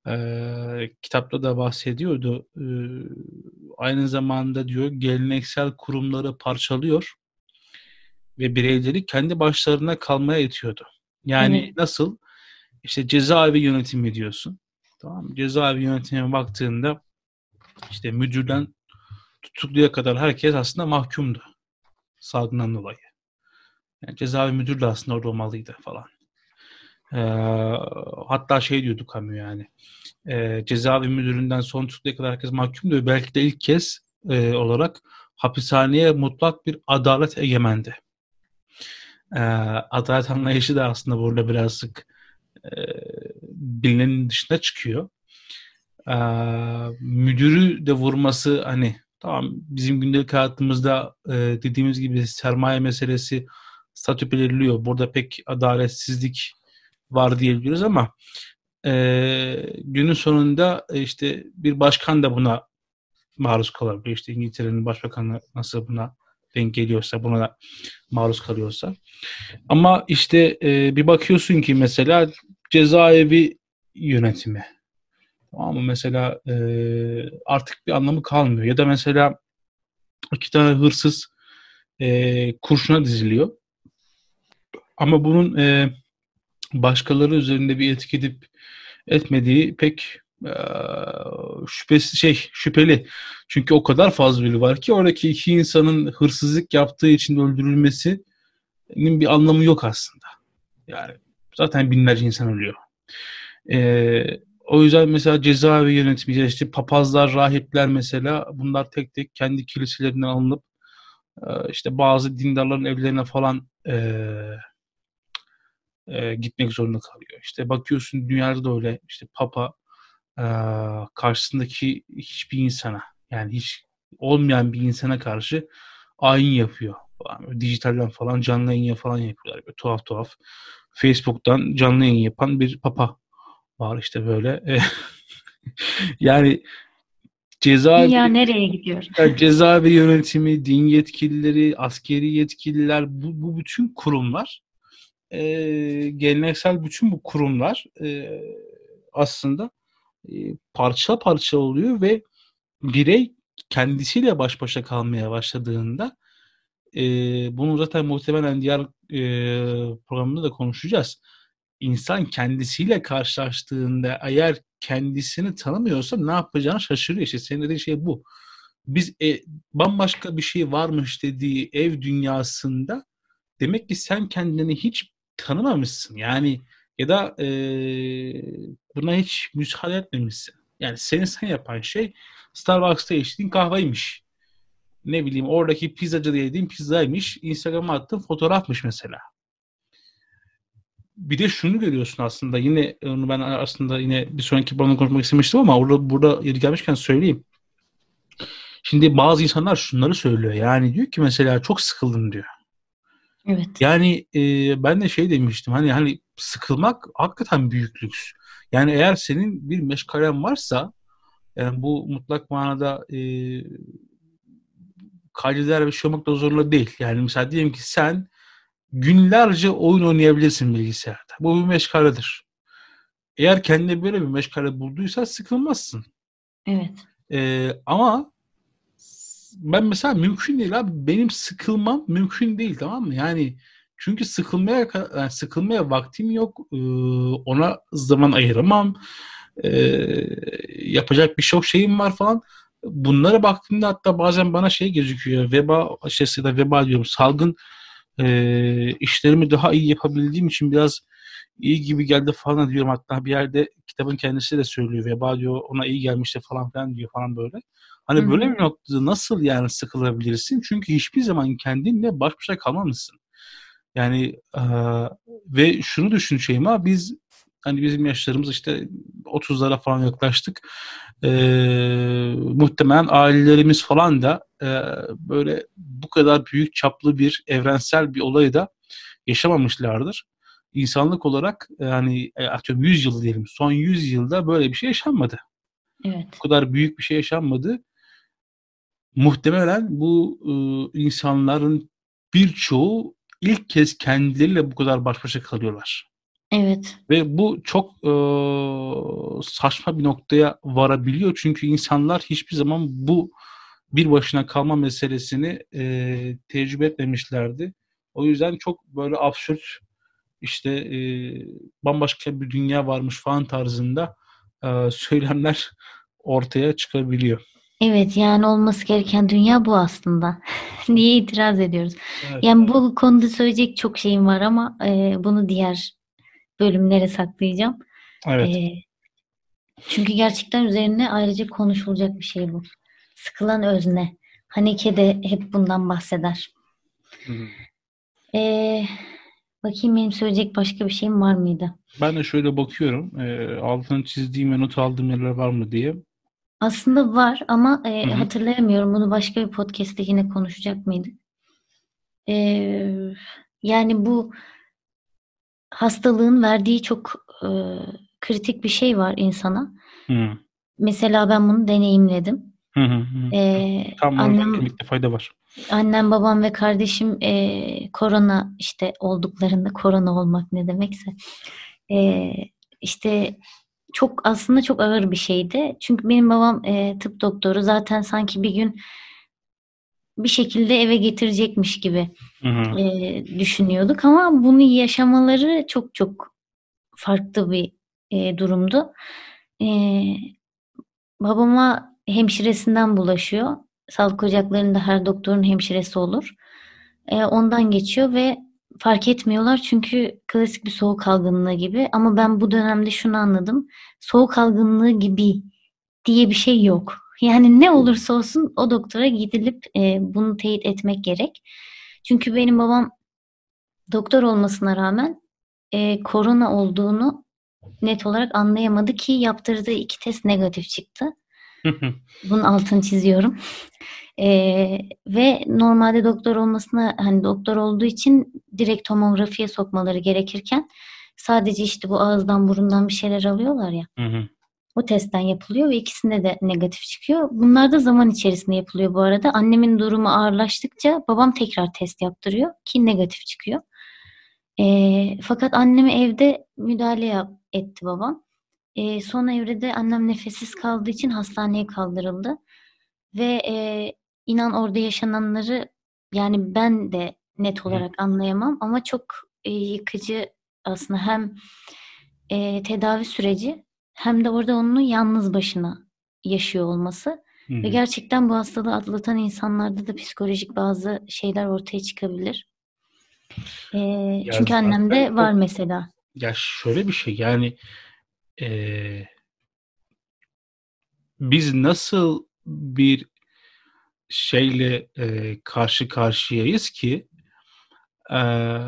Ee, kitapta da bahsediyordu. Ee, aynı zamanda diyor geleneksel kurumları parçalıyor ve bireyleri kendi başlarına kalmaya itiyordu. Yani Evet. nasıl? İşte cezaevi yönetimi diyorsun. Tamam mı? Cezaevi yönetimine baktığında işte müdürden tutukluya kadar herkes aslında mahkumdu. Salgından dolayı. Yani cezaevi müdür de aslında orada olmalıydı falan. Ee, hatta şey diyordu kamu yani. E, cezaevi müdüründen son tutukluya kadar herkes mahkumdu. Belki de ilk kez e, olarak hapishaneye mutlak bir adalet egemendi. E, adalet anlayışı da aslında burada birazcık e, bilinenin dışına çıkıyor. E, müdürü de vurması hani tamam bizim gündelik hayatımızda e, dediğimiz gibi sermaye meselesi statü belirliyor. Burada pek adaletsizlik var diyebiliriz ama e, günün sonunda e, işte bir başkan da buna maruz kalabiliyor. İşte İngiltere'nin başbakanı nasıl buna denk geliyorsa, buna da maruz kalıyorsa. Ama işte e, bir bakıyorsun ki mesela cezaevi yönetimi. Tamam mı? Mesela e, artık bir anlamı kalmıyor. Ya da mesela iki tane hırsız e, kurşuna diziliyor. Ama bunun e, başkaları üzerinde bir etki edip etmediği pek e, şüphesi şey şüpheli. Çünkü o kadar fazla ölü var ki oradaki iki insanın hırsızlık yaptığı için öldürülmesinin bir anlamı yok aslında. Yani zaten binlerce insan ölüyor. E, o yüzden mesela cezaevi yönetimi, işte papazlar, rahipler mesela bunlar tek tek kendi kiliselerinden alınıp e, işte bazı dindarların evlerine falan e, e, gitmek zorunda kalıyor. İşte bakıyorsun dünyada da öyle işte Papa e, karşısındaki hiçbir insana yani hiç olmayan bir insana karşı ayin yapıyor. Falan. Dijitalden falan canlı yayın falan yapıyorlar. Böyle tuhaf tuhaf. Facebook'tan canlı yayın yapan bir Papa var işte böyle. yani Dünya cezaevi nereye gidiyor? yani cezaevi yönetimi, din yetkilileri, askeri yetkililer bu, bu bütün kurumlar e, geleneksel bütün bu kurumlar e, aslında e, parça parça oluyor ve birey kendisiyle baş başa kalmaya başladığında e, bunu zaten muhtemelen diğer e, programda da konuşacağız. İnsan kendisiyle karşılaştığında eğer kendisini tanımıyorsa ne yapacağını şaşırıyor. İşte senin dediğin şey bu. Biz e, bambaşka bir şey varmış dediği ev dünyasında demek ki sen kendini hiç tanımamışsın. Yani ya da e, buna hiç müsaade etmemişsin. Yani seni sen yapan şey Starbucks'ta içtiğin kahveymiş. Ne bileyim oradaki pizzacıda yediğin pizzaymış. Instagram'a attığın fotoğrafmış mesela. Bir de şunu görüyorsun aslında yine onu ben aslında yine bir sonraki programda konuşmak istemiştim ama orada burada yeri gelmişken söyleyeyim. Şimdi bazı insanlar şunları söylüyor. Yani diyor ki mesela çok sıkıldım diyor. Evet. Yani e, ben de şey demiştim hani hani sıkılmak hakikaten büyük lüks. Yani eğer senin bir meşgalen varsa yani bu mutlak manada e, kaydeder bir şey olmak da zorunda değil. Yani mesela diyelim ki sen günlerce oyun oynayabilirsin bilgisayarda. Bu bir meşgaledir. Eğer kendine böyle bir meşgale bulduysa sıkılmazsın. Evet. E, ama ben mesela mümkün değil abi. Benim sıkılmam mümkün değil tamam mı? Yani çünkü sıkılmaya yani sıkılmaya vaktim yok. Ee, ona zaman ayıramam. Ee, yapacak bir çok şeyim var falan. Bunlara baktığımda hatta bazen bana şey gözüküyor. Veba şeysi de veba diyorum. Salgın e, işlerimi daha iyi yapabildiğim için biraz iyi gibi geldi falan diyorum. Hatta bir yerde kitabın kendisi de söylüyor. Veba diyor ona iyi gelmişti falan filan diyor falan böyle. Hı Hani böyle hı. bir noktada nasıl yani sıkılabilirsin? Çünkü hiçbir zaman kendinle baş başa kalmamışsın. Yani e, ve şunu düşün Şeyma biz hani bizim yaşlarımız işte otuzlara falan yaklaştık. E, muhtemelen ailelerimiz falan da e, böyle bu kadar büyük çaplı bir evrensel bir olayı da yaşamamışlardır. İnsanlık olarak yani e, atıyorum yüz yıl diyelim son yüz yılda böyle bir şey yaşanmadı. Bu Evet. kadar büyük bir şey yaşanmadı. Muhtemelen bu e, insanların birçoğu ilk kez kendileriyle bu kadar baş başa kalıyorlar. Evet. Ve bu çok e, saçma bir noktaya varabiliyor. Çünkü insanlar hiçbir zaman bu bir başına kalma meselesini e, tecrübe etmemişlerdi. O yüzden çok böyle absürt, işte e, bambaşka bir dünya varmış falan tarzında e, söylemler ortaya çıkabiliyor. Evet, yani olması gereken dünya bu aslında. Niye itiraz ediyoruz? Evet. Yani bu konuda söyleyecek çok şeyim var ama e, bunu diğer bölümlere saklayacağım. E, Evet. Çünkü gerçekten üzerine ayrıca konuşulacak bir şey bu. Sıkılan özne. Haneke de hep bundan bahseder. Hı hı. E, Bakayım benim söyleyecek başka bir şeyim var mıydı? Ben de şöyle bakıyorum. E, altını çizdiğim ve not aldığım yerler var mı diye. Aslında var ama Hı e, hı. hatırlayamıyorum. Bunu başka bir podcast'te yine konuşacak mıydık? E, Yani bu hastalığın verdiği çok e, kritik bir şey var insana. Hı Mesela ben bunu deneyimledim. hı hı. Hı. E, Tam orada annem, eklemekte fayda var. annem, babam ve kardeşim e, korona işte olduklarında, korona olmak ne demekse, e, işte çok aslında çok ağır bir şeydi. Çünkü benim babam e, tıp doktoru, zaten sanki bir gün bir şekilde eve getirecekmiş gibi Hı hı. e, düşünüyorduk ama bunu yaşamaları çok çok farklı bir e, durumdu. E, Babama hemşiresinden bulaşıyor. Sağlık ocaklarında her doktorun hemşiresi olur. E, ondan geçiyor ve fark etmiyorlar çünkü klasik bir soğuk algınlığı gibi. Ama ben bu dönemde şunu anladım. Soğuk algınlığı gibi diye bir şey yok. Yani ne olursa olsun o doktora gidilip e, bunu teyit etmek gerek. Çünkü benim babam doktor olmasına rağmen e, korona olduğunu net olarak anlayamadı ki yaptırdığı iki test negatif çıktı. Hı hı. Bunun altını çiziyorum. Ee, ve normalde doktor olmasına, hani doktor olduğu için direkt tomografiye sokmaları gerekirken sadece işte bu ağızdan burundan bir şeyler alıyorlar ya. Hı hı. O testten yapılıyor ve ikisinde de negatif çıkıyor. Bunlar da zaman içerisinde yapılıyor bu arada. Annemin durumu ağırlaştıkça babam tekrar test yaptırıyor ki negatif çıkıyor. Ee, fakat anneme evde müdahale yap, etti babam. Ee, son evrede annem nefessiz kaldığı için hastaneye kaldırıldı. Ve e, inan orada yaşananları yani ben de net Hı hı. olarak anlayamam ama çok e, yıkıcı aslında hem e, tedavi süreci hem de orada onun yalnız başına yaşıyor olması Hı ve hı. gerçekten bu hastalığı atlatan insanlarda da psikolojik bazı şeyler ortaya çıkabilir. E, Ya çünkü zaten annemde var çok, mesela. ya şöyle bir şey yani, e, biz nasıl bir şeyle e, karşı karşıyayız ki e,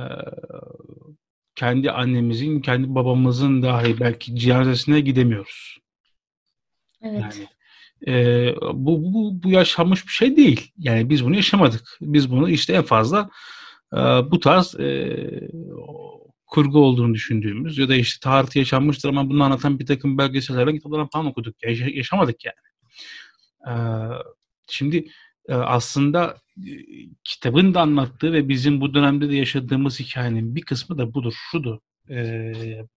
kendi annemizin, kendi babamızın dahi belki cenazesine gidemiyoruz. Evet, Yani e, bu, bu, bu yaşanmış bir şey değil. Yani biz bunu yaşamadık. Biz bunu işte en fazla e, bu tarz e, kurgu olduğunu düşündüğümüz ya da işte tarihte yaşanmıştır ama bunu anlatan bir takım belgesellerden, kitaplardan falan okuduk. Yaş- yaşamadık yani. E, Şimdi e, aslında e, kitabın da anlattığı ve bizim bu dönemde de yaşadığımız hikayenin bir kısmı da budur, şudur. E,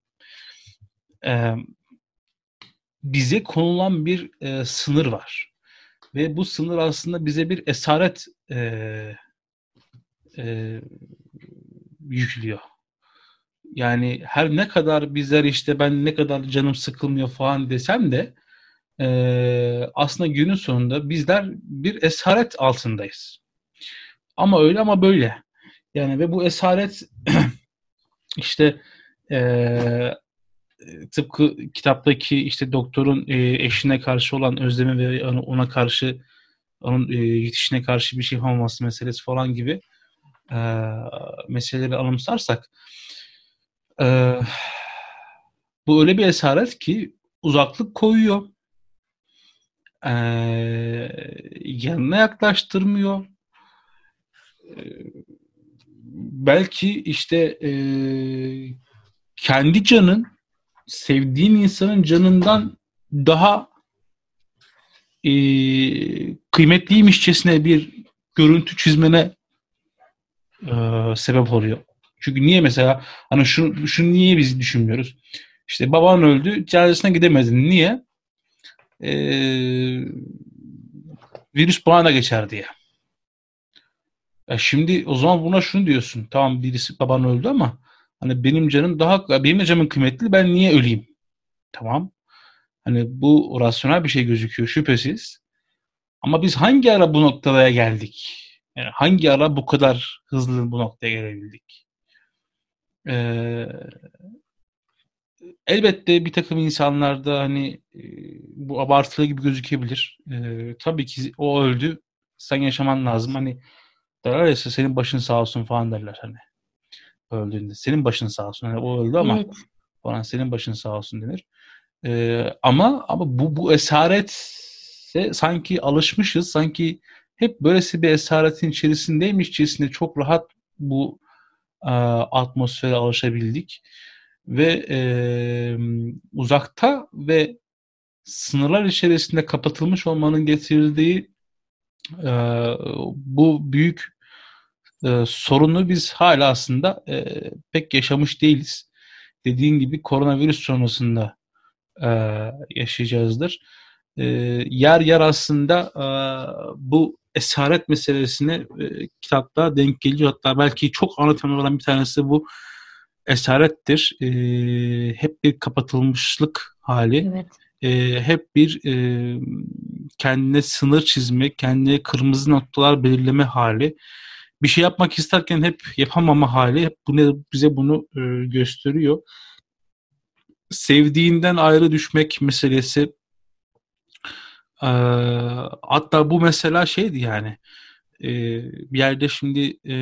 e, Bize konulan bir e, sınır var. Ve bu sınır aslında bize bir esaret e, e, yüklüyor. Yani her ne kadar bizler işte ben ne kadar canım sıkılmıyor falan desem de e, aslında günün sonunda bizler bir esaret altındayız. Ama öyle ama böyle. Yani ve bu esaret işte e, tıpkı kitaptaki işte doktorun e, eşine karşı olan özlemi ve ona karşı, onun e, yetişine karşı bir şey yapamaması meselesi falan gibi e, meseleleri anımsarsak, e, bu öyle bir esaret ki uzaklık koyuyor, e, yanına yaklaştırmıyor. E, Belki işte e, kendi canın sevdiğin insanın canından daha e, kıymetliymişçesine bir görüntü çizmene e, sebep oluyor. Çünkü niye mesela hani şu, şunu niye biz düşünmüyoruz? İşte baban öldü, cenazesine gidemedin. Niye? Ee, virüs bana da geçer diye. Ya şimdi o zaman buna şunu diyorsun. Tamam birisi baban öldü ama hani benim canım daha benim de canım kıymetli. Ben niye öleyim? Tamam. Hani bu rasyonel bir şey gözüküyor şüphesiz. Ama biz hangi ara bu noktaya geldik? Yani hangi ara bu kadar hızlı bu noktaya gelebildik? Ee, elbette bir takım insanlarda hani e, bu abartılı gibi gözükebilir. Ee, tabii ki o öldü. Sen yaşaman lazım. Hani derler ya senin başın sağ olsun falan derler hani öldüğünde. Senin başın sağ olsun. Hani o öldü ama Evet. falan senin başın sağ olsun denir. Ee, ama ama bu bu esarete sanki alışmışız. Sanki hep böylesi bir esaretin içerisindeymişçesine çok rahat bu e, atmosfere alışabildik. Ve e, uzakta ve sınırlar içerisinde kapatılmış olmanın getirdiği e, bu büyük e, sorunu biz hala aslında e, pek yaşamış değiliz. Dediğin gibi koronavirüs sonrasında e, yaşayacağızdır. E, yer yer aslında e, bu esaret meselesine e, kitapta denk geliyor. Hatta belki çok ana temalardan bir tanesi bu esarettir. E, hep bir kapatılmışlık hali. Evet. E, hep bir e, kendine sınır çizme, kendine kırmızı noktalar belirleme hali. Bir şey yapmak isterken hep yapamama hali. Hep bunu, bize bunu e, gösteriyor. Sevdiğinden ayrı düşmek meselesi. Ee, hatta bu mesela şeydi yani e, bir yerde şimdi e,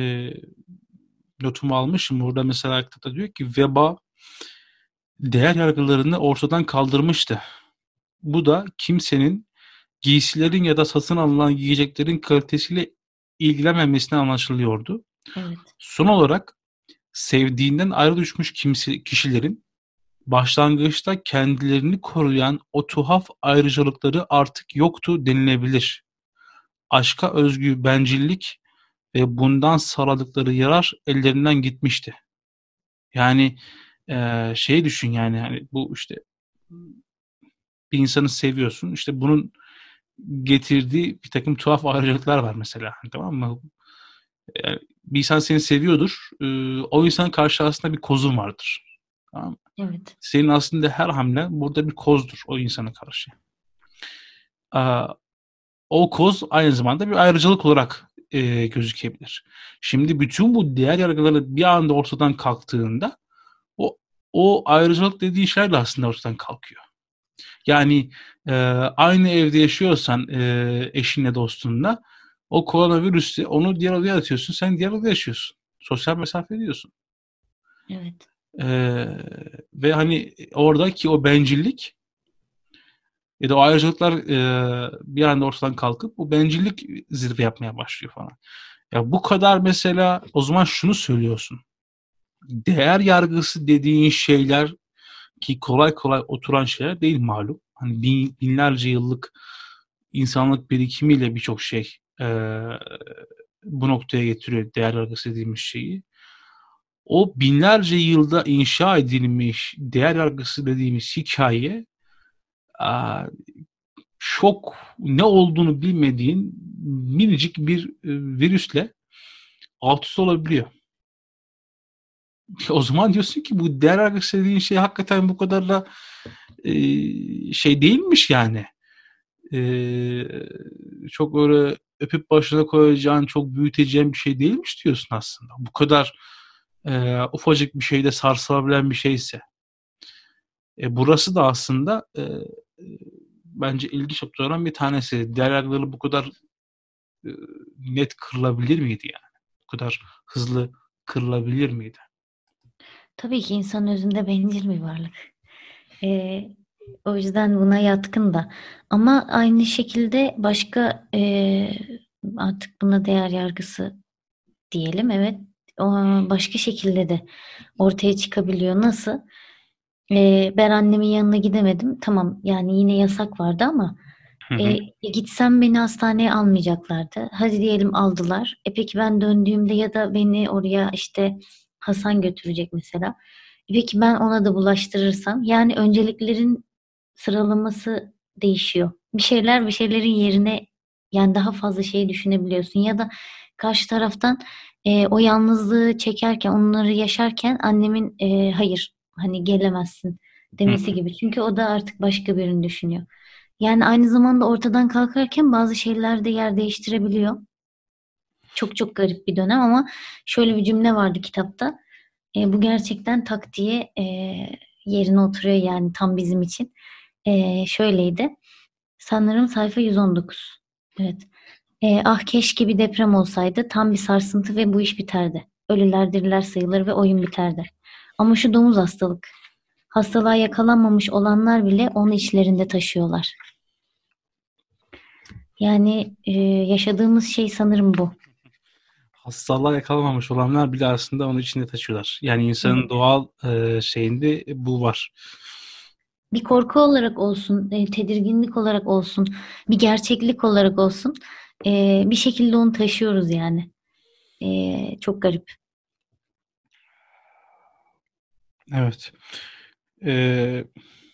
notumu almışım. Burada mesela kitapta diyor ki veba değer yargılarını ortadan kaldırmıştı. Bu da kimsenin giysilerin ya da satın alınan yiyeceklerin kalitesiyle ilgilenmemesine anlaşılıyordu. Evet. Son olarak sevdiğinden ayrı düşmüş kimse, kişilerin başlangıçta kendilerini koruyan o tuhaf ayrıcalıkları artık yoktu denilebilir. Aşka özgü bencillik ve bundan sağladıkları yarar ellerinden gitmişti. Yani e, şey düşün yani hani bu işte bir insanı seviyorsun. İşte bunun getirdiği bir takım tuhaf ayrıcalıklar var mesela. Tamam mı? Yani bir insan seni seviyordur. E, o insan karşı aslında bir kozun vardır. Tamam mı? Evet. Senin aslında her hamle burada bir kozdur o insana karşı. E, o koz aynı zamanda bir ayrıcalık olarak e, gözükebilir. Şimdi bütün bu değer yargıları bir anda ortadan kalktığında o o ayrıcalık dediği şeyler de aslında ortadan kalkıyor. Yani e, aynı evde yaşıyorsan e, eşinle dostunla o koronavirüsü onu diğer odaya atıyorsun. Sen diğer odada yaşıyorsun. Sosyal mesafe ediyorsun. Evet. E, ve hani oradaki o bencillik ya da o ayrıcalıklar e, bir anda ortadan kalkıp bu bencillik zirve yapmaya başlıyor falan. Ya bu kadar mesela o zaman şunu söylüyorsun. Değer yargısı dediğin şeyler ki kolay kolay oturan şeyler değil malum. Hani bin, binlerce yıllık insanlık birikimiyle birçok şey e, bu noktaya getiriyor değer yargısı dediğimiz şeyi. O binlerce yılda inşa edilmiş değer yargısı dediğimiz hikaye a, çok ne olduğunu bilmediğin minicik bir e, virüsle alt üst olabiliyor. O zaman diyorsun ki bu değer yargısı dediğin şey hakikaten bu kadar da e, şey değilmiş yani. E, çok öyle öpüp başına koyacağın, çok büyüteceğin bir şey değilmiş diyorsun aslında. Bu kadar e, ufacık bir şeyde sarsılabilen bir şeyse. E, burası da aslında e, e, bence ilginç noktalardan bir tanesi. Değer yargıları bu kadar e, net kırılabilir miydi yani? Bu kadar hızlı kırılabilir miydi? Tabii ki insan özünde bencil bir varlık. Ee, o yüzden buna yatkın da. Ama aynı şekilde başka e, artık buna değer yargısı diyelim. Evet. O, başka şekilde de ortaya çıkabiliyor. Nasıl? Ee, ben annemin yanına gidemedim. Tamam yani yine yasak vardı ama Hı e, hı. gitsem beni hastaneye almayacaklardı. Hadi diyelim aldılar. E peki ben döndüğümde ya da beni oraya işte Hasan götürecek mesela. Peki ben ona da bulaştırırsam, yani önceliklerin sıralaması değişiyor. Bir şeyler bir şeylerin yerine, yani daha fazla şey düşünebiliyorsun ya da karşı taraftan e, o yalnızlığı çekerken, onları yaşarken annemin e, hayır hani gelemezsin Hı demesi hı. gibi. Çünkü o da artık başka birini düşünüyor. Yani aynı zamanda ortadan kalkarken bazı şeyler de yer değiştirebiliyor. Çok çok garip bir dönem ama şöyle bir cümle vardı kitapta. E, bu gerçekten tak diye e, yerine oturuyor, yani tam bizim için. E, şöyleydi. Sanırım sayfa yüz on dokuz. Evet. E, ah keşke bir deprem olsaydı, tam bir sarsıntı ve bu iş biterdi. Ölüler diriler sayılır ve oyun biterdi. Ama şu domuz hastalık. Hastalığa yakalanmamış olanlar bile onu içlerinde taşıyorlar. Yani e, yaşadığımız şey sanırım bu. Hastalığa yakalanmamış olanlar bile aslında onun içinde taşıyorlar. Yani insanın Evet. doğal e, şeyinde bu var. Bir korku olarak olsun, e, tedirginlik olarak olsun, bir gerçeklik olarak olsun, e, bir şekilde onu taşıyoruz yani. E, çok garip. Evet. E,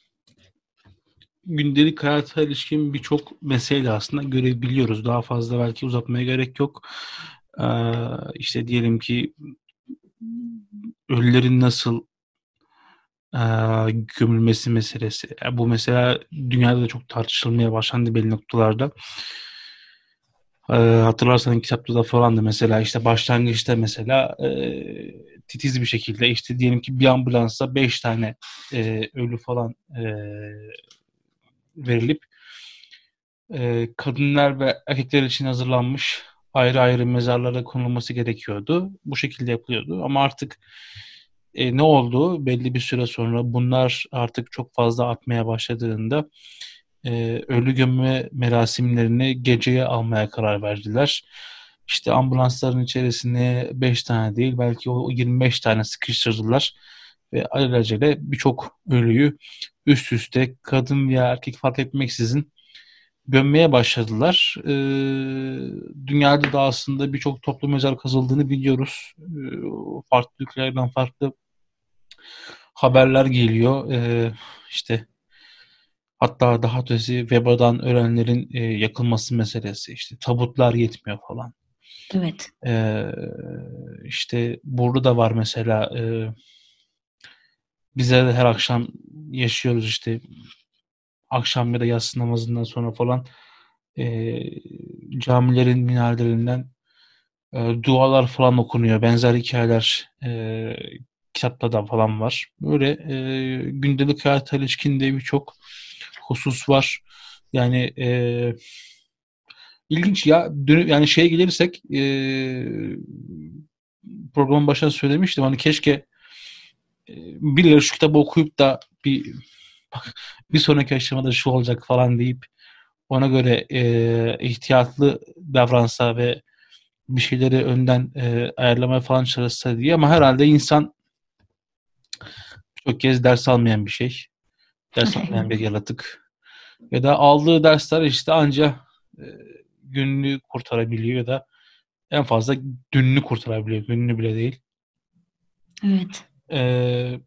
Gündelik hayata ilişkin birçok mesele aslında görebiliyoruz. Daha fazla belki uzatmaya gerek yok. E, işte diyelim ki ölülerin nasıl e, gömülmesi meselesi. E, bu mesela dünyada da çok tartışılmaya başlandı belli noktalarda. E, hatırlarsan kitapta da falan da mesela işte başlangıçta mesela e, titiz bir şekilde işte diyelim ki bir ambulansa beş tane e, ölü falan e, verilip e, kadınlar ve erkekler için hazırlanmış ayrı ayrı mezarlara konulması gerekiyordu. Bu şekilde yapılıyordu. Ama artık e, ne oldu? Belli bir süre sonra bunlar artık çok fazla artmaya başladığında e, ölü gömme merasimlerini geceye almaya karar verdiler. İşte ambulansların içerisine beş tane değil belki o yirmi beş tane sıkıştırdılar ve alelacele birçok ölüyü üst üste kadın veya erkek fark etmeksizin gömmeye başladılar. Ee, dünyada da aslında birçok toplu mezar kazıldığını biliyoruz. Ee, farklı ülkelerden farklı haberler geliyor. Ee, işte hatta daha ötesi vebadan ölenlerin e, yakılması meselesi. İşte tabutlar yetmiyor falan. Evet. Ee, işte burada da var mesela e, bize de her akşam yaşıyoruz işte akşam ya da yatsı namazından sonra falan e, camilerin minarelerinden e, dualar falan okunuyor. Benzer hikayeler e, kitapta da falan var. Böyle e, gündelik hayata ilişkin de birçok husus var. Yani e, ilginç ya. Dün, yani şeye gelirsek e, programın başında söylemiştim. Hani keşke e, birileri şu kitabı okuyup da bir bak, bir sonraki aşamada şu olacak falan deyip ona göre e, ihtiyatlı davransa ve bir şeyleri önden e, ayarlamaya falan çalışsa diye ama herhalde insan çok kez ders almayan bir şey. Ders almayan bir yaratık. Ya da aldığı dersler işte anca e, gününü kurtarabiliyor ya da en fazla dününü kurtarabiliyor. Gününü bile değil. Evet. E,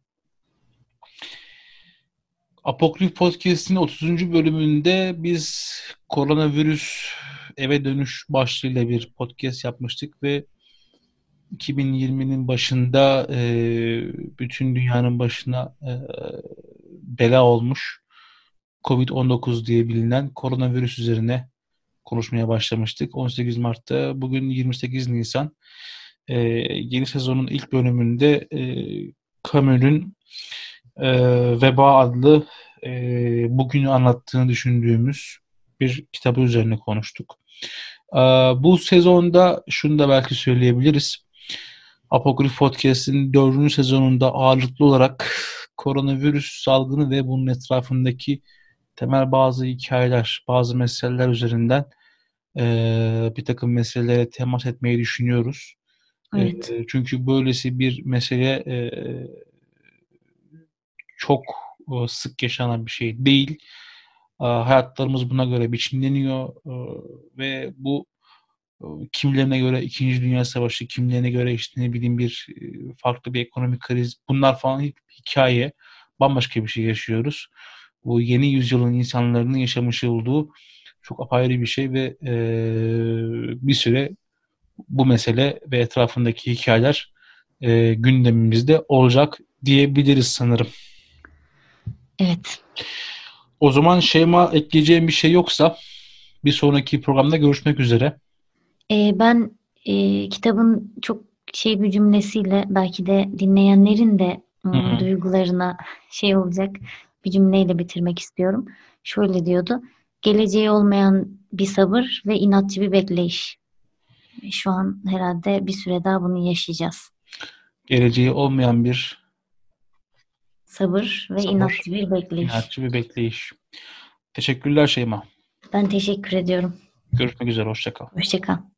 Apokrif Podcast'in otuzuncu bölümünde biz koronavirüs eve dönüş başlığıyla bir podcast yapmıştık ve iki bin yirminin başında e, bütün dünyanın başına e, bela olmuş covid on dokuz diye bilinen koronavirüs üzerine konuşmaya başlamıştık. on sekiz Mart'ta bugün yirmi sekiz Nisan e, yeni sezonun ilk bölümünde e, Camus'un e, Veba adlı e, bugünü anlattığını düşündüğümüz bir kitabı üzerine konuştuk. E, bu sezonda şunu da belki söyleyebiliriz. Apokrif Podcast'in dördüncü sezonunda ağırlıklı olarak koronavirüs salgını ve bunun etrafındaki temel bazı hikayeler, bazı meseleler üzerinden e, bir takım meselelere temas etmeyi düşünüyoruz. E, Evet. çünkü böylesi bir mesele e, çok e, sık yaşanan bir şey değil. E, hayatlarımız buna göre biçimleniyor e, ve bu Kimilerine göre İkinci Dünya Savaşı, kimilerine göre işte ne bileyim bir farklı bir ekonomik kriz. Bunlar falan hikaye. Bambaşka bir şey yaşıyoruz. Bu yeni yüzyılın insanların yaşamış olduğu çok apayrı bir şey ve e, bir süre bu mesele ve etrafındaki hikayeler e, gündemimizde olacak diyebiliriz sanırım. Evet. O zaman Şeyma, ekleyeceğim bir şey yoksa bir sonraki programda görüşmek üzere. Ee, ben e, kitabın çok şey bir cümlesiyle belki de dinleyenlerin de Hı ım, hı. duygularına şey olacak bir cümleyle bitirmek istiyorum. Şöyle diyordu. Geleceği olmayan bir sabır ve inatçı bir bekleyiş. Şu an herhalde bir süre daha bunu yaşayacağız. Geleceği olmayan bir Sabır ve sabır, inatçı bir bekleyiş. inatçı bir bekleyiş. Teşekkürler Şeyma. Ben teşekkür ediyorum. Görüşmek üzere, hoşça kal. Hoşça kal.